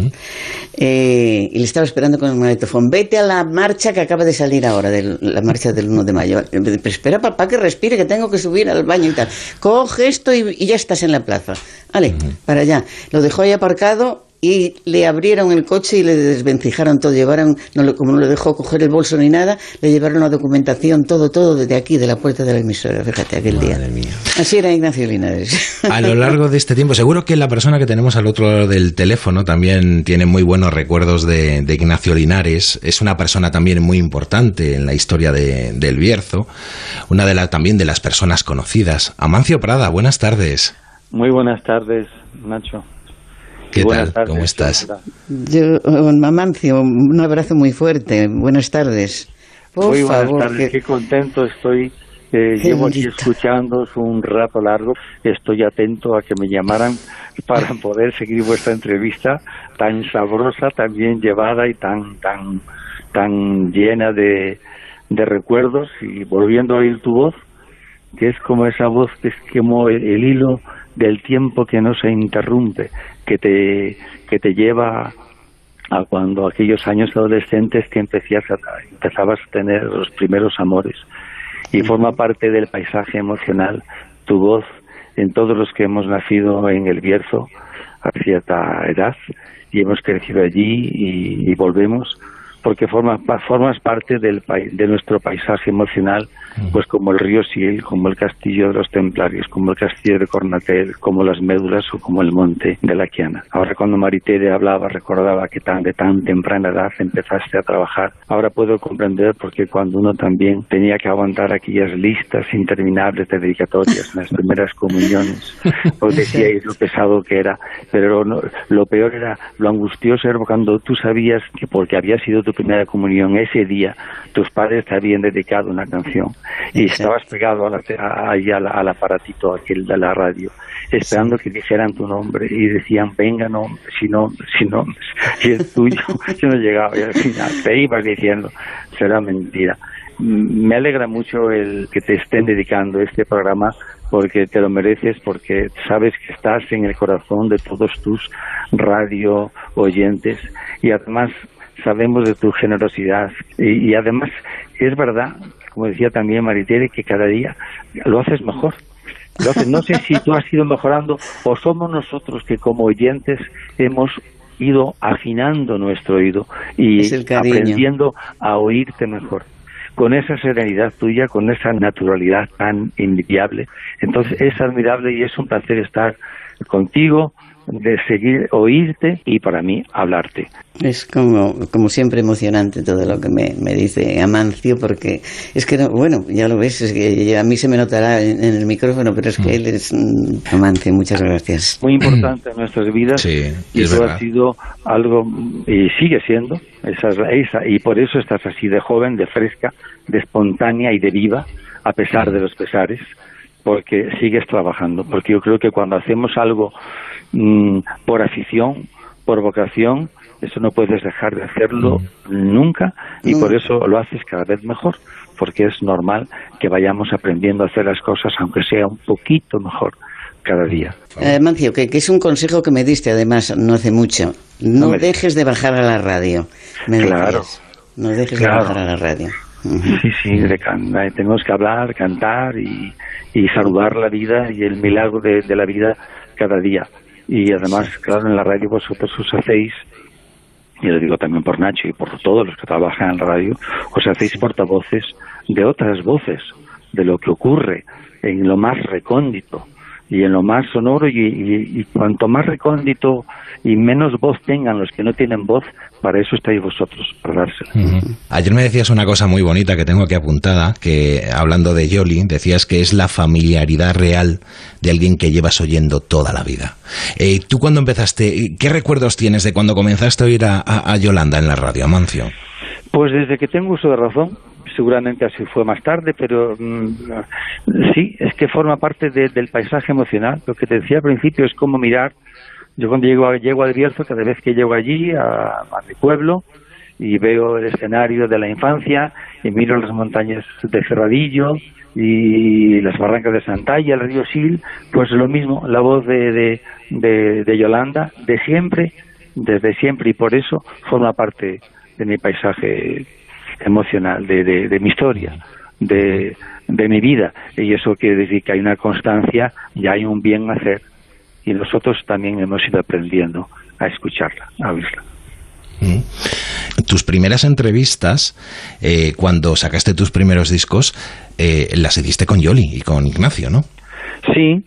Y le estaba esperando con el magnetofón. Vete a la marcha que acaba de salir ahora, la marcha del 1 de mayo. Espera, papá, que respire, que tengo que subir al baño y tal. Coge esto y ya estás en la plaza. Vale, para allá. Lo dejó ahí aparcado y le abrieron el coche y le desvencijaron todo. Llevaron, como no le dejó coger el bolso ni nada, le llevaron la documentación, todo desde aquí, de la puerta de la emisora. Fíjate, aquel día. Mía. Así era Ignacio Linares. A lo largo de este tiempo, seguro que la persona que tenemos al otro lado del teléfono también tiene muy buenos recuerdos de Ignacio Linares. Es una persona también muy importante en la historia del Bierzo, una también de las personas conocidas. Amancio Prada, buenas tardes. Muy buenas tardes, Nacho. ¿Qué tal? ¿Cómo estás? Yo, Amancio, un abrazo muy fuerte. Buenas tardes. Muy buenas tardes, qué contento estoy. Llevo aquí escuchándoos un rato largo. Estoy atento a que me llamaran para poder seguir vuestra entrevista tan sabrosa, tan bien llevada y tan llena de recuerdos. Y volviendo a oír tu voz, que es como esa voz que es como el hilo del tiempo que no se interrumpe, que te lleva a cuando aquellos años adolescentes que empezabas a tener los primeros amores, y forma parte del paisaje emocional tu voz en todos los que hemos nacido en el Bierzo a cierta edad y hemos crecido allí y volvemos, porque formas parte de nuestro paisaje emocional, pues como el río Sil, como el castillo de los Templarios, como el castillo de Cornatel, como las Médulas o como el monte de la Quiana. Ahora cuando Maritere hablaba, recordaba que de tan temprana edad empezaste a trabajar. Ahora puedo comprender porque cuando uno también tenía que aguantar aquellas listas interminables de dedicatorias en las primeras comuniones, os decíais lo pesado que era, pero lo peor era, lo angustioso era cuando tú sabías que porque había sido tu primera comunión, ese día tus padres te habían dedicado una canción y estabas pegado al aparatito aquel de la radio esperando que dijeran tu nombre y decían venga nombre, si no y el tuyo yo no llegaba y al final te ibas diciendo será mentira. Me alegra mucho el que te estén dedicando este programa porque te lo mereces, porque sabes que estás en el corazón de todos tus radio oyentes y además sabemos de tu generosidad y además es verdad, como decía también Maritere, que cada día lo haces mejor. No sé si tú has ido mejorando o somos nosotros que como oyentes hemos ido afinando nuestro oído y aprendiendo a oírte mejor. Con esa serenidad tuya, con esa naturalidad tan envidiable. Entonces es admirable y es un placer estar contigo, de seguir oírte y para mí hablarte. Es como siempre emocionante todo lo que me dice Amancio, porque es que, bueno, ya lo ves, es que a mí se me notará en el micrófono, pero es que él es Amancio, muchas gracias. Muy importante en nuestras vidas, sí, y eso ha sido algo, y sigue siendo, y por eso estás así de joven, de fresca, de espontánea y de viva, a pesar de los pesares, porque sigues trabajando, porque yo creo que cuando hacemos algo por afición, por vocación, eso no puedes dejar de hacerlo nunca y por eso lo haces cada vez mejor, porque es normal que vayamos aprendiendo a hacer las cosas aunque sea un poquito mejor cada día. Mancio, que es un consejo que me diste además no hace mucho, no dejes de bajar a la radio. Claro. No dejes de bajar a la radio. Sí, tenemos que hablar, cantar y saludar la vida y el milagro de la vida cada día. Y además, claro, en la radio vosotros os hacéis, y lo digo también por Nacho y por todos los que trabajan en la radio, os hacéis portavoces de otras voces, de lo que ocurre en lo más recóndito y en lo más sonoro, y cuanto más recóndito y menos voz tengan los que no tienen voz, para eso estáis vosotros, para dársela. Ayer me decías una cosa muy bonita que tengo aquí apuntada, que hablando de Yoli, decías que es la familiaridad real de alguien que llevas oyendo toda la vida. ¿Tú cuando empezaste, qué recuerdos tienes de cuando comenzaste a oír a Yolanda en la radio, Amancio? Pues desde que tengo uso de razón. Seguramente así fue más tarde, pero sí, es que forma parte del paisaje emocional. Lo que te decía al principio es como mirar Yo cuando llego al Bierzo, cada vez que llego allí, a mi pueblo, y veo el escenario de la infancia, y miro las montañas de Ferradillo, y las barrancas de Santalla, el río Sil, pues lo mismo, la voz de Yolanda, desde siempre, y por eso forma parte de mi paisaje emocional, de mi historia, de mi vida, y eso quiere decir que hay una constancia y hay un bien hacer, y nosotros también hemos ido aprendiendo a escucharla, a oírla. Tus primeras entrevistas, cuando sacaste tus primeros discos, las hiciste con Yoli y con Ignacio, ¿no? Sí.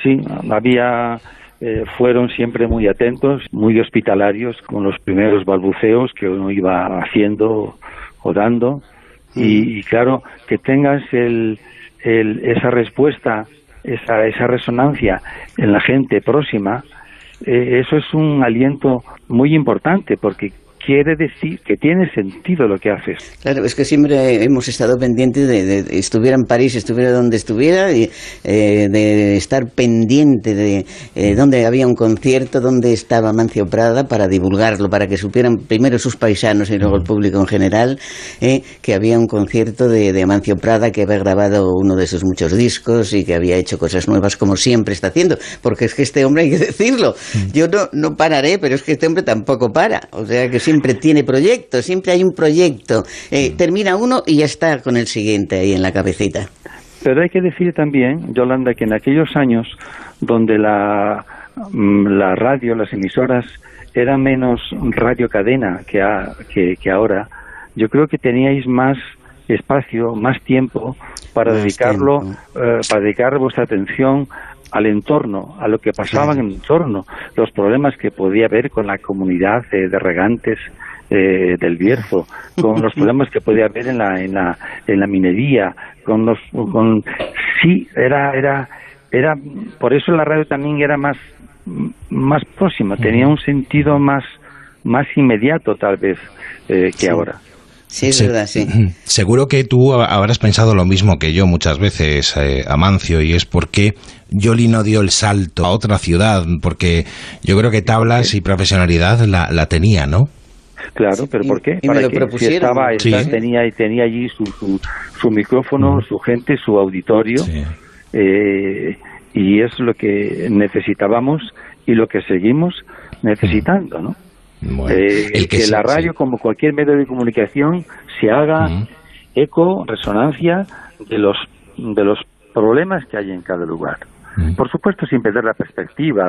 Fueron siempre muy atentos, muy hospitalarios con los primeros balbuceos que uno iba haciendo o dando, y claro, que tengas esa respuesta, esa resonancia en la gente próxima, eso es un aliento muy importante, porque quiere decir que tiene sentido lo que haces. Claro, es que siempre hemos estado pendientes de estuviera en París, estuviera donde estuviera, y de estar pendiente de dónde había un concierto, dónde estaba Amancio Prada, para divulgarlo, para que supieran primero sus paisanos y luego el público en general, que había un concierto de Amancio Prada, que había grabado uno de sus muchos discos y que había hecho cosas nuevas como siempre está haciendo, porque es que este hombre, hay que decirlo, yo no pararé, pero es que este hombre tampoco para, o sea que siempre tiene proyectos, siempre hay un proyecto, termina uno y ya está con el siguiente ahí en la cabecita. Pero hay que decir también, Yolanda, que en aquellos años donde la radio, las emisoras, era menos radiocadena que ahora, yo creo que teníais más espacio, más tiempo para dedicar vuestra atención al entorno, a lo que pasaba en el entorno, los problemas que podía haber con la comunidad de regantes del Bierzo, con los problemas que podía haber en la minería, era por eso la radio también era más próxima, tenía un sentido más inmediato tal vez que ahora. Sí, es verdad, sí. Seguro que tú habrás pensado lo mismo que yo muchas veces, Amancio, y es por qué Yoli no dio el salto a otra ciudad, porque yo creo que tablas y profesionalidad la tenía, ¿no? Claro, pero ¿por qué? Y me lo propusieron. Tenía allí su micrófono, su gente, su auditorio, y es lo que necesitábamos y lo que seguimos necesitando, ¿no? Bueno, que la radio, como cualquier medio de comunicación, se haga eco, resonancia de los problemas que hay en cada lugar. Por supuesto, sin perder la perspectiva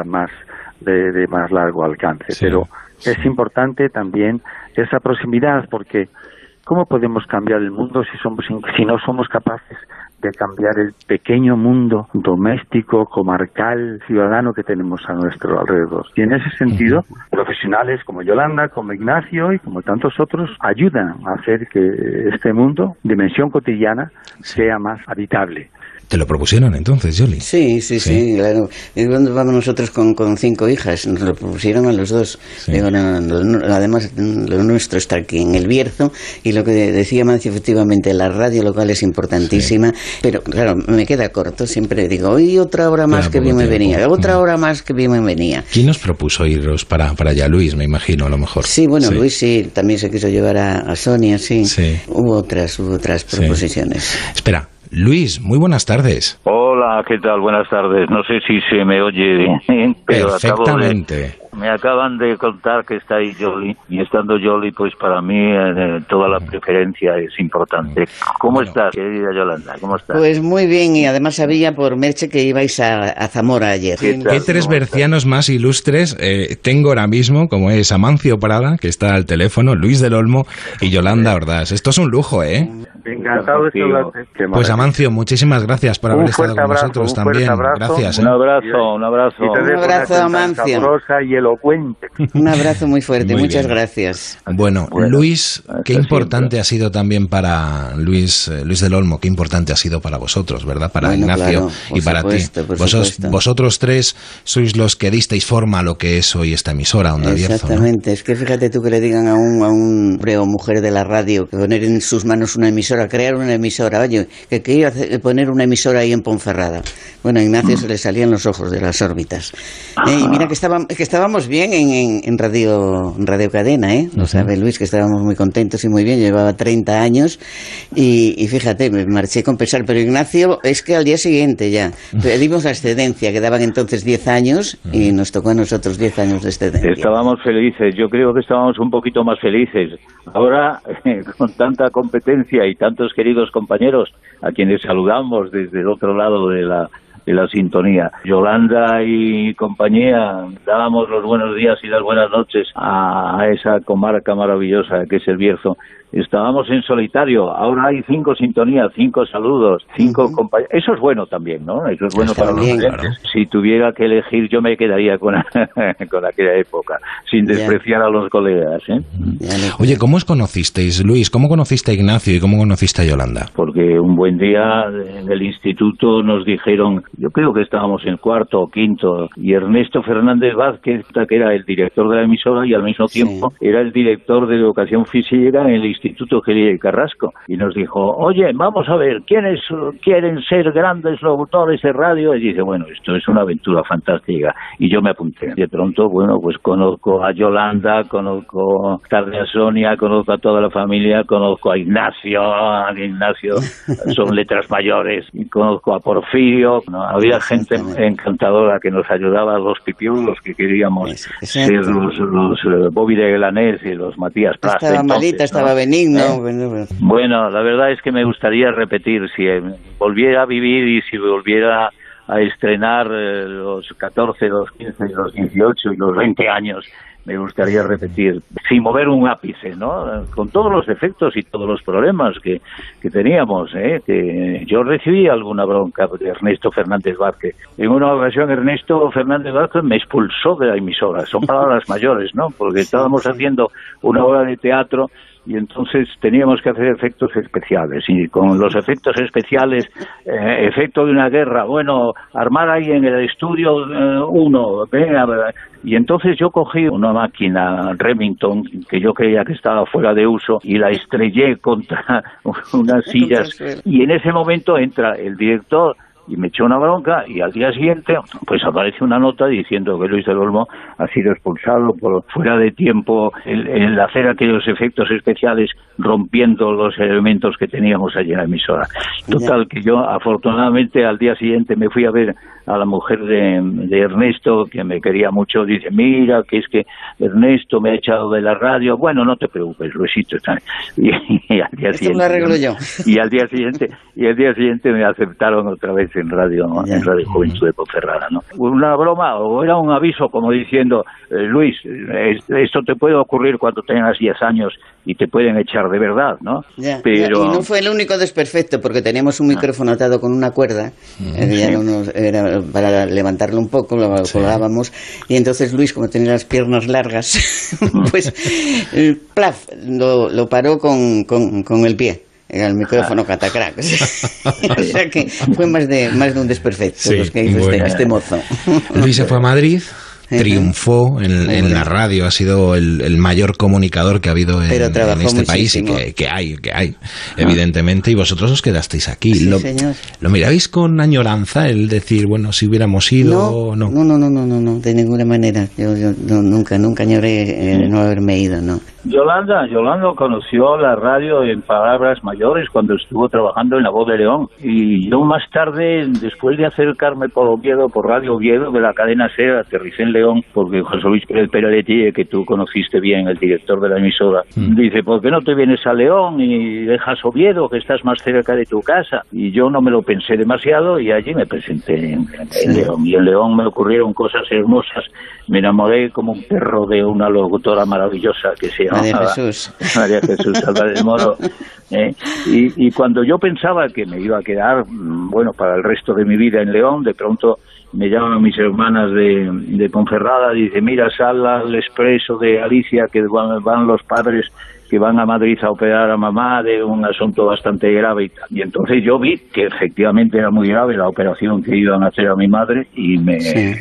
de más largo alcance, pero es importante también esa proximidad, porque ¿cómo podemos cambiar el mundo si no somos capaces de cambiar el pequeño mundo doméstico, comarcal, ciudadano que tenemos a nuestro alrededor? Y en ese sentido, profesionales como Yolanda, como Ignacio y como tantos otros ayudan a hacer que este mundo, dimensión cotidiana, sea más habitable. ¿Te lo propusieron entonces, Yoli? Sí, claro. Y cuando vamos nosotros con 5 hijas, nos lo propusieron a los dos. Sí. Digo, además, lo nuestro está aquí en el Bierzo, y lo que decía Mancio, efectivamente, la radio local es importantísima, pero claro, me queda corto, siempre digo, hoy otra hora más que bien me venía, otra hora más que bien me venía. ¿Quién nos propuso iros para allá? Luis, me imagino, a lo mejor. Sí, bueno, sí. Luis sí, también se quiso llevar a Sonia, sí. Hubo otras proposiciones. Espera. Luis, muy buenas tardes. Hola, ¿qué tal? Buenas tardes. No sé si se me oye bien, pero perfectamente. Me acaban de contar que está ahí Yoli, y estando Yoli, pues para mí toda la preferencia es importante. ¿Cómo estás, querida Yolanda? ¿Cómo estás? Pues muy bien, y además sabía por Merche que ibais a Zamora ayer. ¿Qué tres bercianos más ilustres tengo ahora mismo, como es Amancio Prada, que está al teléfono, Luis del Olmo y Yolanda Ordaz? Esto es un lujo, ¿eh? Encantado de saludarte. Pues Amancio, muchísimas gracias por haber estado con nosotros también. Gracias. Un abrazo. Un abrazo, Amancio. Y elocuente. Un abrazo muy fuerte, muchas gracias. Bueno, Luis, qué importante ha sido también para Luis del Olmo, qué importante ha sido para vosotros, ¿verdad? Para Ignacio y para ti. Vosotros tres sois los que disteis forma a lo que es hoy esta emisora, Onda Bierzo. Exactamente, ¿no? Es que fíjate tú que le digan a un hombre o mujer de la radio que poner en sus manos una emisora emisora, crear una emisora. Oye, que quería poner una emisora ahí en Ponferrada. Bueno, a Ignacio se le salían los ojos de las órbitas. Y mira que estábamos bien en Radio Cadena, ¿eh? Lo sabe Luis, que estábamos muy contentos y muy bien. Llevaba 30 años y fíjate, me marché con pesar. Pero Ignacio, es que al día siguiente ya pedimos la excedencia, que daban entonces 10 años y nos tocó a nosotros 10 años de excedencia. Estábamos felices, yo creo que estábamos un poquito más felices. Ahora, con tanta competencia y tantos queridos compañeros a quienes saludamos desde el otro lado de la sintonía. Yolanda y compañía, dábamos los buenos días y las buenas noches a esa comarca maravillosa que es el Bierzo. Estábamos en solitario, ahora hay 5 sintonías, 5 saludos, 5 compañeros. Eso es bueno también, ¿no? Eso es bueno para los oyentes. Claro. Si tuviera que elegir, yo me quedaría con aquella época, sin despreciar a los colegas, ¿eh? Oye, ¿cómo os conocisteis, Luis? ¿Cómo conociste a Ignacio y cómo conociste a Yolanda? Porque un buen día en el instituto nos dijeron, yo creo que estábamos en 4º o 5º, y Ernesto Fernández Vázquez, que era el director de la emisora y al mismo tiempo era el director de educación física en el Instituto Geli Carrasco, y nos dijo, oye, vamos a ver, ¿quiénes quieren ser grandes locutores de radio? Y dice, bueno, esto es una aventura fantástica, y yo me apunté. De pronto, bueno, pues conozco a Yolanda, conozco tarde a Sonia, conozco a toda la familia, conozco a Ignacio, son letras mayores, y conozco a Porfirio, ¿no? Había gente encantadora que nos ayudaba, los pipiulos que queríamos ser los Bobby de Glanés y los Matías Plas. Estaba malita, estaba benigno. Bueno, la verdad es que me gustaría repetir, si volviera a vivir y si volviera a estrenar los 14, los 15, los 18 y los 20 años, me gustaría repetir, sin mover un ápice, ¿no? Con todos los defectos y todos los problemas que teníamos, que yo recibí alguna bronca de Ernesto Fernández Vázquez. En una ocasión Ernesto Fernández Vázquez me expulsó de la emisora, son palabras mayores, ¿no? Porque estábamos haciendo una obra de teatro y entonces teníamos que hacer efectos especiales, y con los efectos especiales, efecto de una guerra, bueno, armar ahí en el estudio y entonces yo cogí una máquina Remington que yo creía que estaba fuera de uso y la estrellé contra unas sillas, y en ese momento entra el director y me echó una bronca, y al día siguiente pues aparece una nota diciendo que Luis del Olmo ha sido expulsado por fuera de tiempo el hacer aquellos efectos especiales rompiendo los elementos que teníamos allí en la emisora. Total, que yo afortunadamente al día siguiente me fui a ver a la mujer de Ernesto, que me quería mucho. Dice, mira, que es que Ernesto me ha echado de la radio. Bueno, no te preocupes, Luisito. Y al día Esto siguiente, lo arreglo yo. Y al día siguiente me aceptaron otra vez en Radio Juventud de Ponferrada, ¿no? Una broma o era un aviso como diciendo, Luis, esto te puede ocurrir cuando tengas 10 años y te pueden echar de verdad, ¿no? Pero... Y no fue el único desperfecto, porque teníamos un micrófono atado con una cuerda, era para levantarlo un poco, lo colgábamos, y entonces Luis, como tenía las piernas largas, pues plaf, lo paró con el pie. Era el micrófono catacrack. O sea que fue más de un desperfecto los que hizo este mozo. Luis se fue a Madrid, triunfó en la radio, ha sido el mayor comunicador que ha habido en este país y que hay, evidentemente, y vosotros os quedasteis aquí. Sí, ¿Lo miráis con añoranza el decir, bueno, si hubiéramos ido o no? No, de ninguna manera. Yo nunca añoré no haberme ido, no. Yolanda conoció la radio en palabras mayores cuando estuvo trabajando en La Voz de León, y yo más tarde, después de acercarme por Oviedo, por Radio Oviedo de la cadena SER, aterricé en León porque José Luis Pérez Peraletti, que tú conociste bien, el director de la emisora, dice, ¿por qué no te vienes a León y dejas Oviedo, que estás más cerca de tu casa? Y yo no me lo pensé demasiado y allí me presenté en León, y en León me ocurrieron cosas hermosas. Me enamoré como un perro de una locutora maravillosa que se llamaba María Jesús Álvarez Moro, y cuando yo pensaba que me iba a quedar, bueno, para el resto de mi vida en León, de pronto me llaman mis hermanas de Ponferrada, dice, mira, sal al expreso de Alicia, que van los padres que van a Madrid a operar a mamá de un asunto bastante grave y tal. Y entonces yo vi que efectivamente era muy grave la operación que iban a hacer a mi madre, y me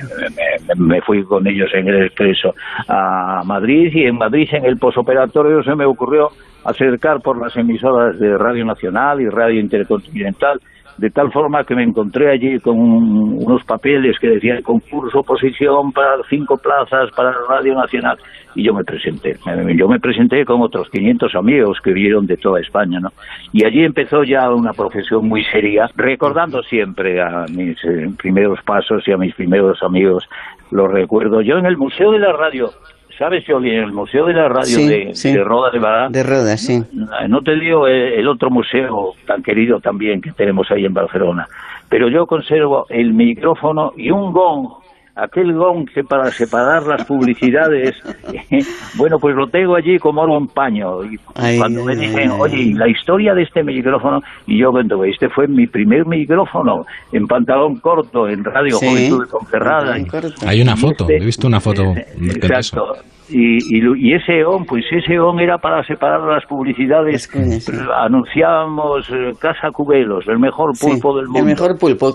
fui con ellos en el expreso a Madrid, y en Madrid, en el posoperatorio, se me ocurrió acercar por las emisoras de Radio Nacional y Radio Intercontinental, de tal forma que me encontré allí con unos papeles que decían concurso, oposición para 5 plazas para Radio Nacional, y yo me presenté con otros 500 amigos que vinieron de toda España, ¿no? Y allí empezó ya una profesión muy seria, recordando siempre a mis primeros pasos y a mis primeros amigos. Lo recuerdo yo en el Museo de la Radio. ¿Sabes, Joli? En el Museo de la Radio de Roda de Bará. De Roda, sí. No te digo el otro museo tan querido también que tenemos ahí en Barcelona, pero yo conservo el micrófono y un gong, aquel gong que para separar las publicidades, bueno, pues lo tengo allí como oro en paño. Y cuando me dicen, oye, la historia de este micrófono, y yo cuento, este fue mi primer micrófono en pantalón corto, en Radio Juventud de Ponferrada. Hay una foto, he visto una foto. Exacto. Y ese ON, pues ese ON era para separar las publicidades. Anunciábamos Casa Cubelos, el mejor pulpo del mundo. El mejor pulpo.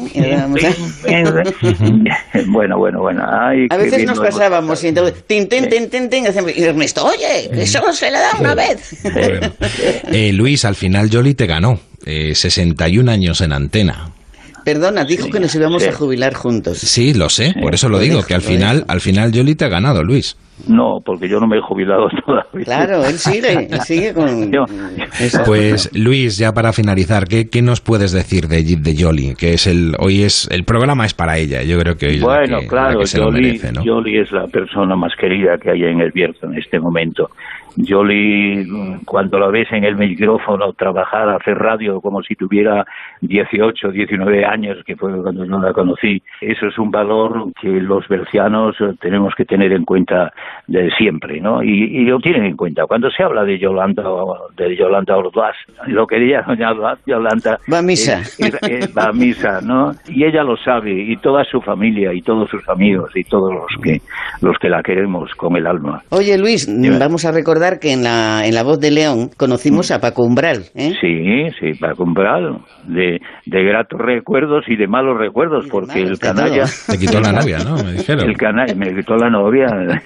Bueno. Ay, a veces nos pasábamos y entonces, y Ernesto, oye, eso se le da una vez. Bueno. Luis, al final Joli te ganó. 61 años en antena. Perdona, dijo que nos íbamos a jubilar juntos. Sí, lo sé, por eso lo digo, que al final Joli te ha ganado, Luis. No, porque yo no me he jubilado todavía. Claro, él sigue con... Pues Luis, ya para finalizar, ¿qué nos puedes decir de Joli? Que hoy el programa es para ella, yo creo que hoy claro, que se lo merece, ¿no? Joli es la persona más querida que hay en El Bierzo en este momento. Joli, cuando la ves en el micrófono trabajar, hacer radio como si tuviera 18, 19 años, que fue cuando yo la conocí, eso es un valor que los bercianos tenemos que tener en cuenta de siempre, ¿no? Y lo tienen en cuenta. Cuando se habla de Yolanda Ordaz, lo que ella Yolanda va a misa. Va a misa, ¿no? Y ella lo sabe, y toda su familia, y todos sus amigos, y todos los que la queremos con el alma. Oye, Luis, vamos a recordar que en la Voz de León conocimos a Paco Umbral, ¿eh? Sí, Paco Umbral, de gratos recuerdos y de malos recuerdos, porque el canalla... Te quitó la novia, ¿no? Me dijeron. El canalla me quitó la novia.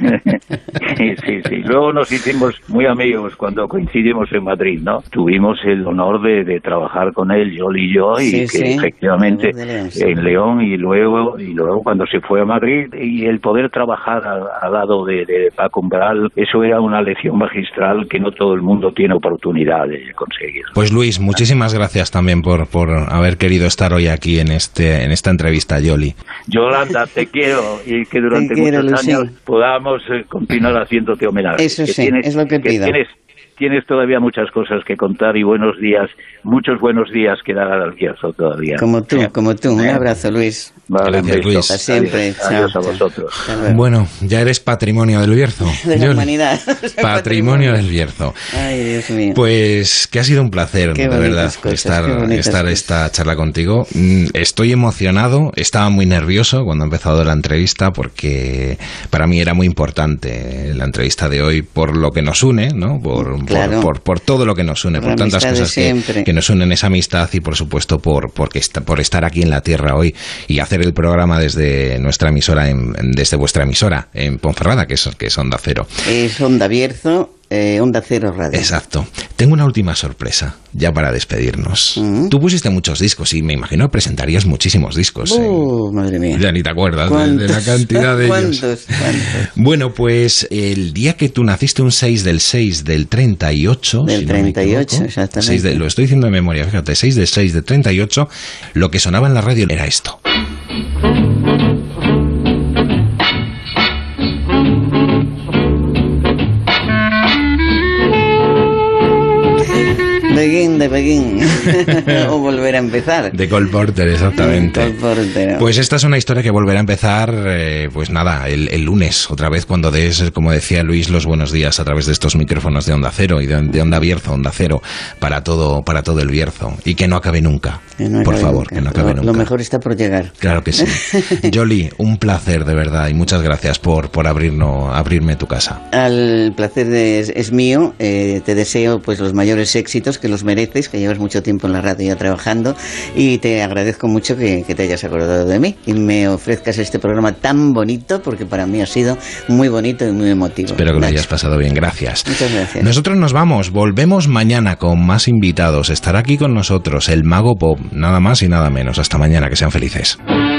Sí. Luego nos hicimos muy amigos cuando coincidimos en Madrid, ¿no? Tuvimos el honor de trabajar con él, Joli y yo, y efectivamente en León, y luego cuando se fue a Madrid, y el poder trabajar al lado de Paco Umbral, eso era una lección magistral que no todo el mundo tiene oportunidad de conseguir. Pues Luis, muchísimas gracias también por haber querido estar hoy aquí en esta entrevista, Joli. Yolanda, te quiero, y que durante muchos años podamos continuar haciénde homenaje. Eso sí, es lo que pido. Tienes todavía muchas cosas que contar y buenos días, muchos buenos días que dar al Bierzo todavía. Como tú. Un abrazo, Luis. Vale, gracias, Luis. Hasta siempre. Adiós a vosotros. Bueno, ya eres patrimonio del Bierzo. De la humanidad. Patrimonio del Bierzo. Ay, Dios mío. Pues que ha sido un placer, de verdad, estar esta charla contigo. Estoy emocionado, estaba muy nervioso cuando he empezado la entrevista porque para mí era muy importante la entrevista de hoy por lo que nos une, ¿no? Por todo lo que nos une, por tantas cosas que nos unen, esa amistad, y por supuesto por estar aquí en la tierra hoy y hacer el programa desde nuestra emisora, desde vuestra emisora en Ponferrada, que es Onda Cero. Es Onda Bierzo. Onda Cero Radio. Exacto. Tengo una última sorpresa, ya para despedirnos. Tú pusiste muchos discos y me imagino presentarías muchísimos discos. Madre mía. Ya ni te acuerdas de la cantidad de ellos. ¿Cuántos? Bueno, pues el día que tú naciste, un 6 del 6 del 38. Del 38, exactamente. Lo estoy diciendo de memoria, fíjate, 6 del 6 del 38, lo que sonaba en la radio era esto. De Begin. O Volver a Empezar. De Cole Porter, exactamente. Cole Porter. Pues esta es una historia que volverá a empezar, pues nada, el lunes, otra vez, cuando des, como decía Luis, los buenos días a través de estos micrófonos de Onda Cero y de Onda Bierzo, Onda Cero, para todo el Bierzo. Y que no acabe nunca. Por favor, que no acabe nunca. Lo mejor está por llegar. Claro que sí. Yoli, un placer de verdad y muchas gracias por abrirme tu casa. El placer es mío. Te deseo pues los mayores éxitos, que los mereces, que llevas mucho tiempo en la radio ya trabajando, y te agradezco mucho que te hayas acordado de mí y me ofrezcas este programa tan bonito, porque para mí ha sido muy bonito y muy emotivo. Espero que lo hayas pasado bien. Gracias. Muchas gracias. Nosotros nos vamos. Volvemos mañana con más invitados. Estará aquí con nosotros el Mago Pop. Nada más y nada menos. Hasta mañana, que sean felices.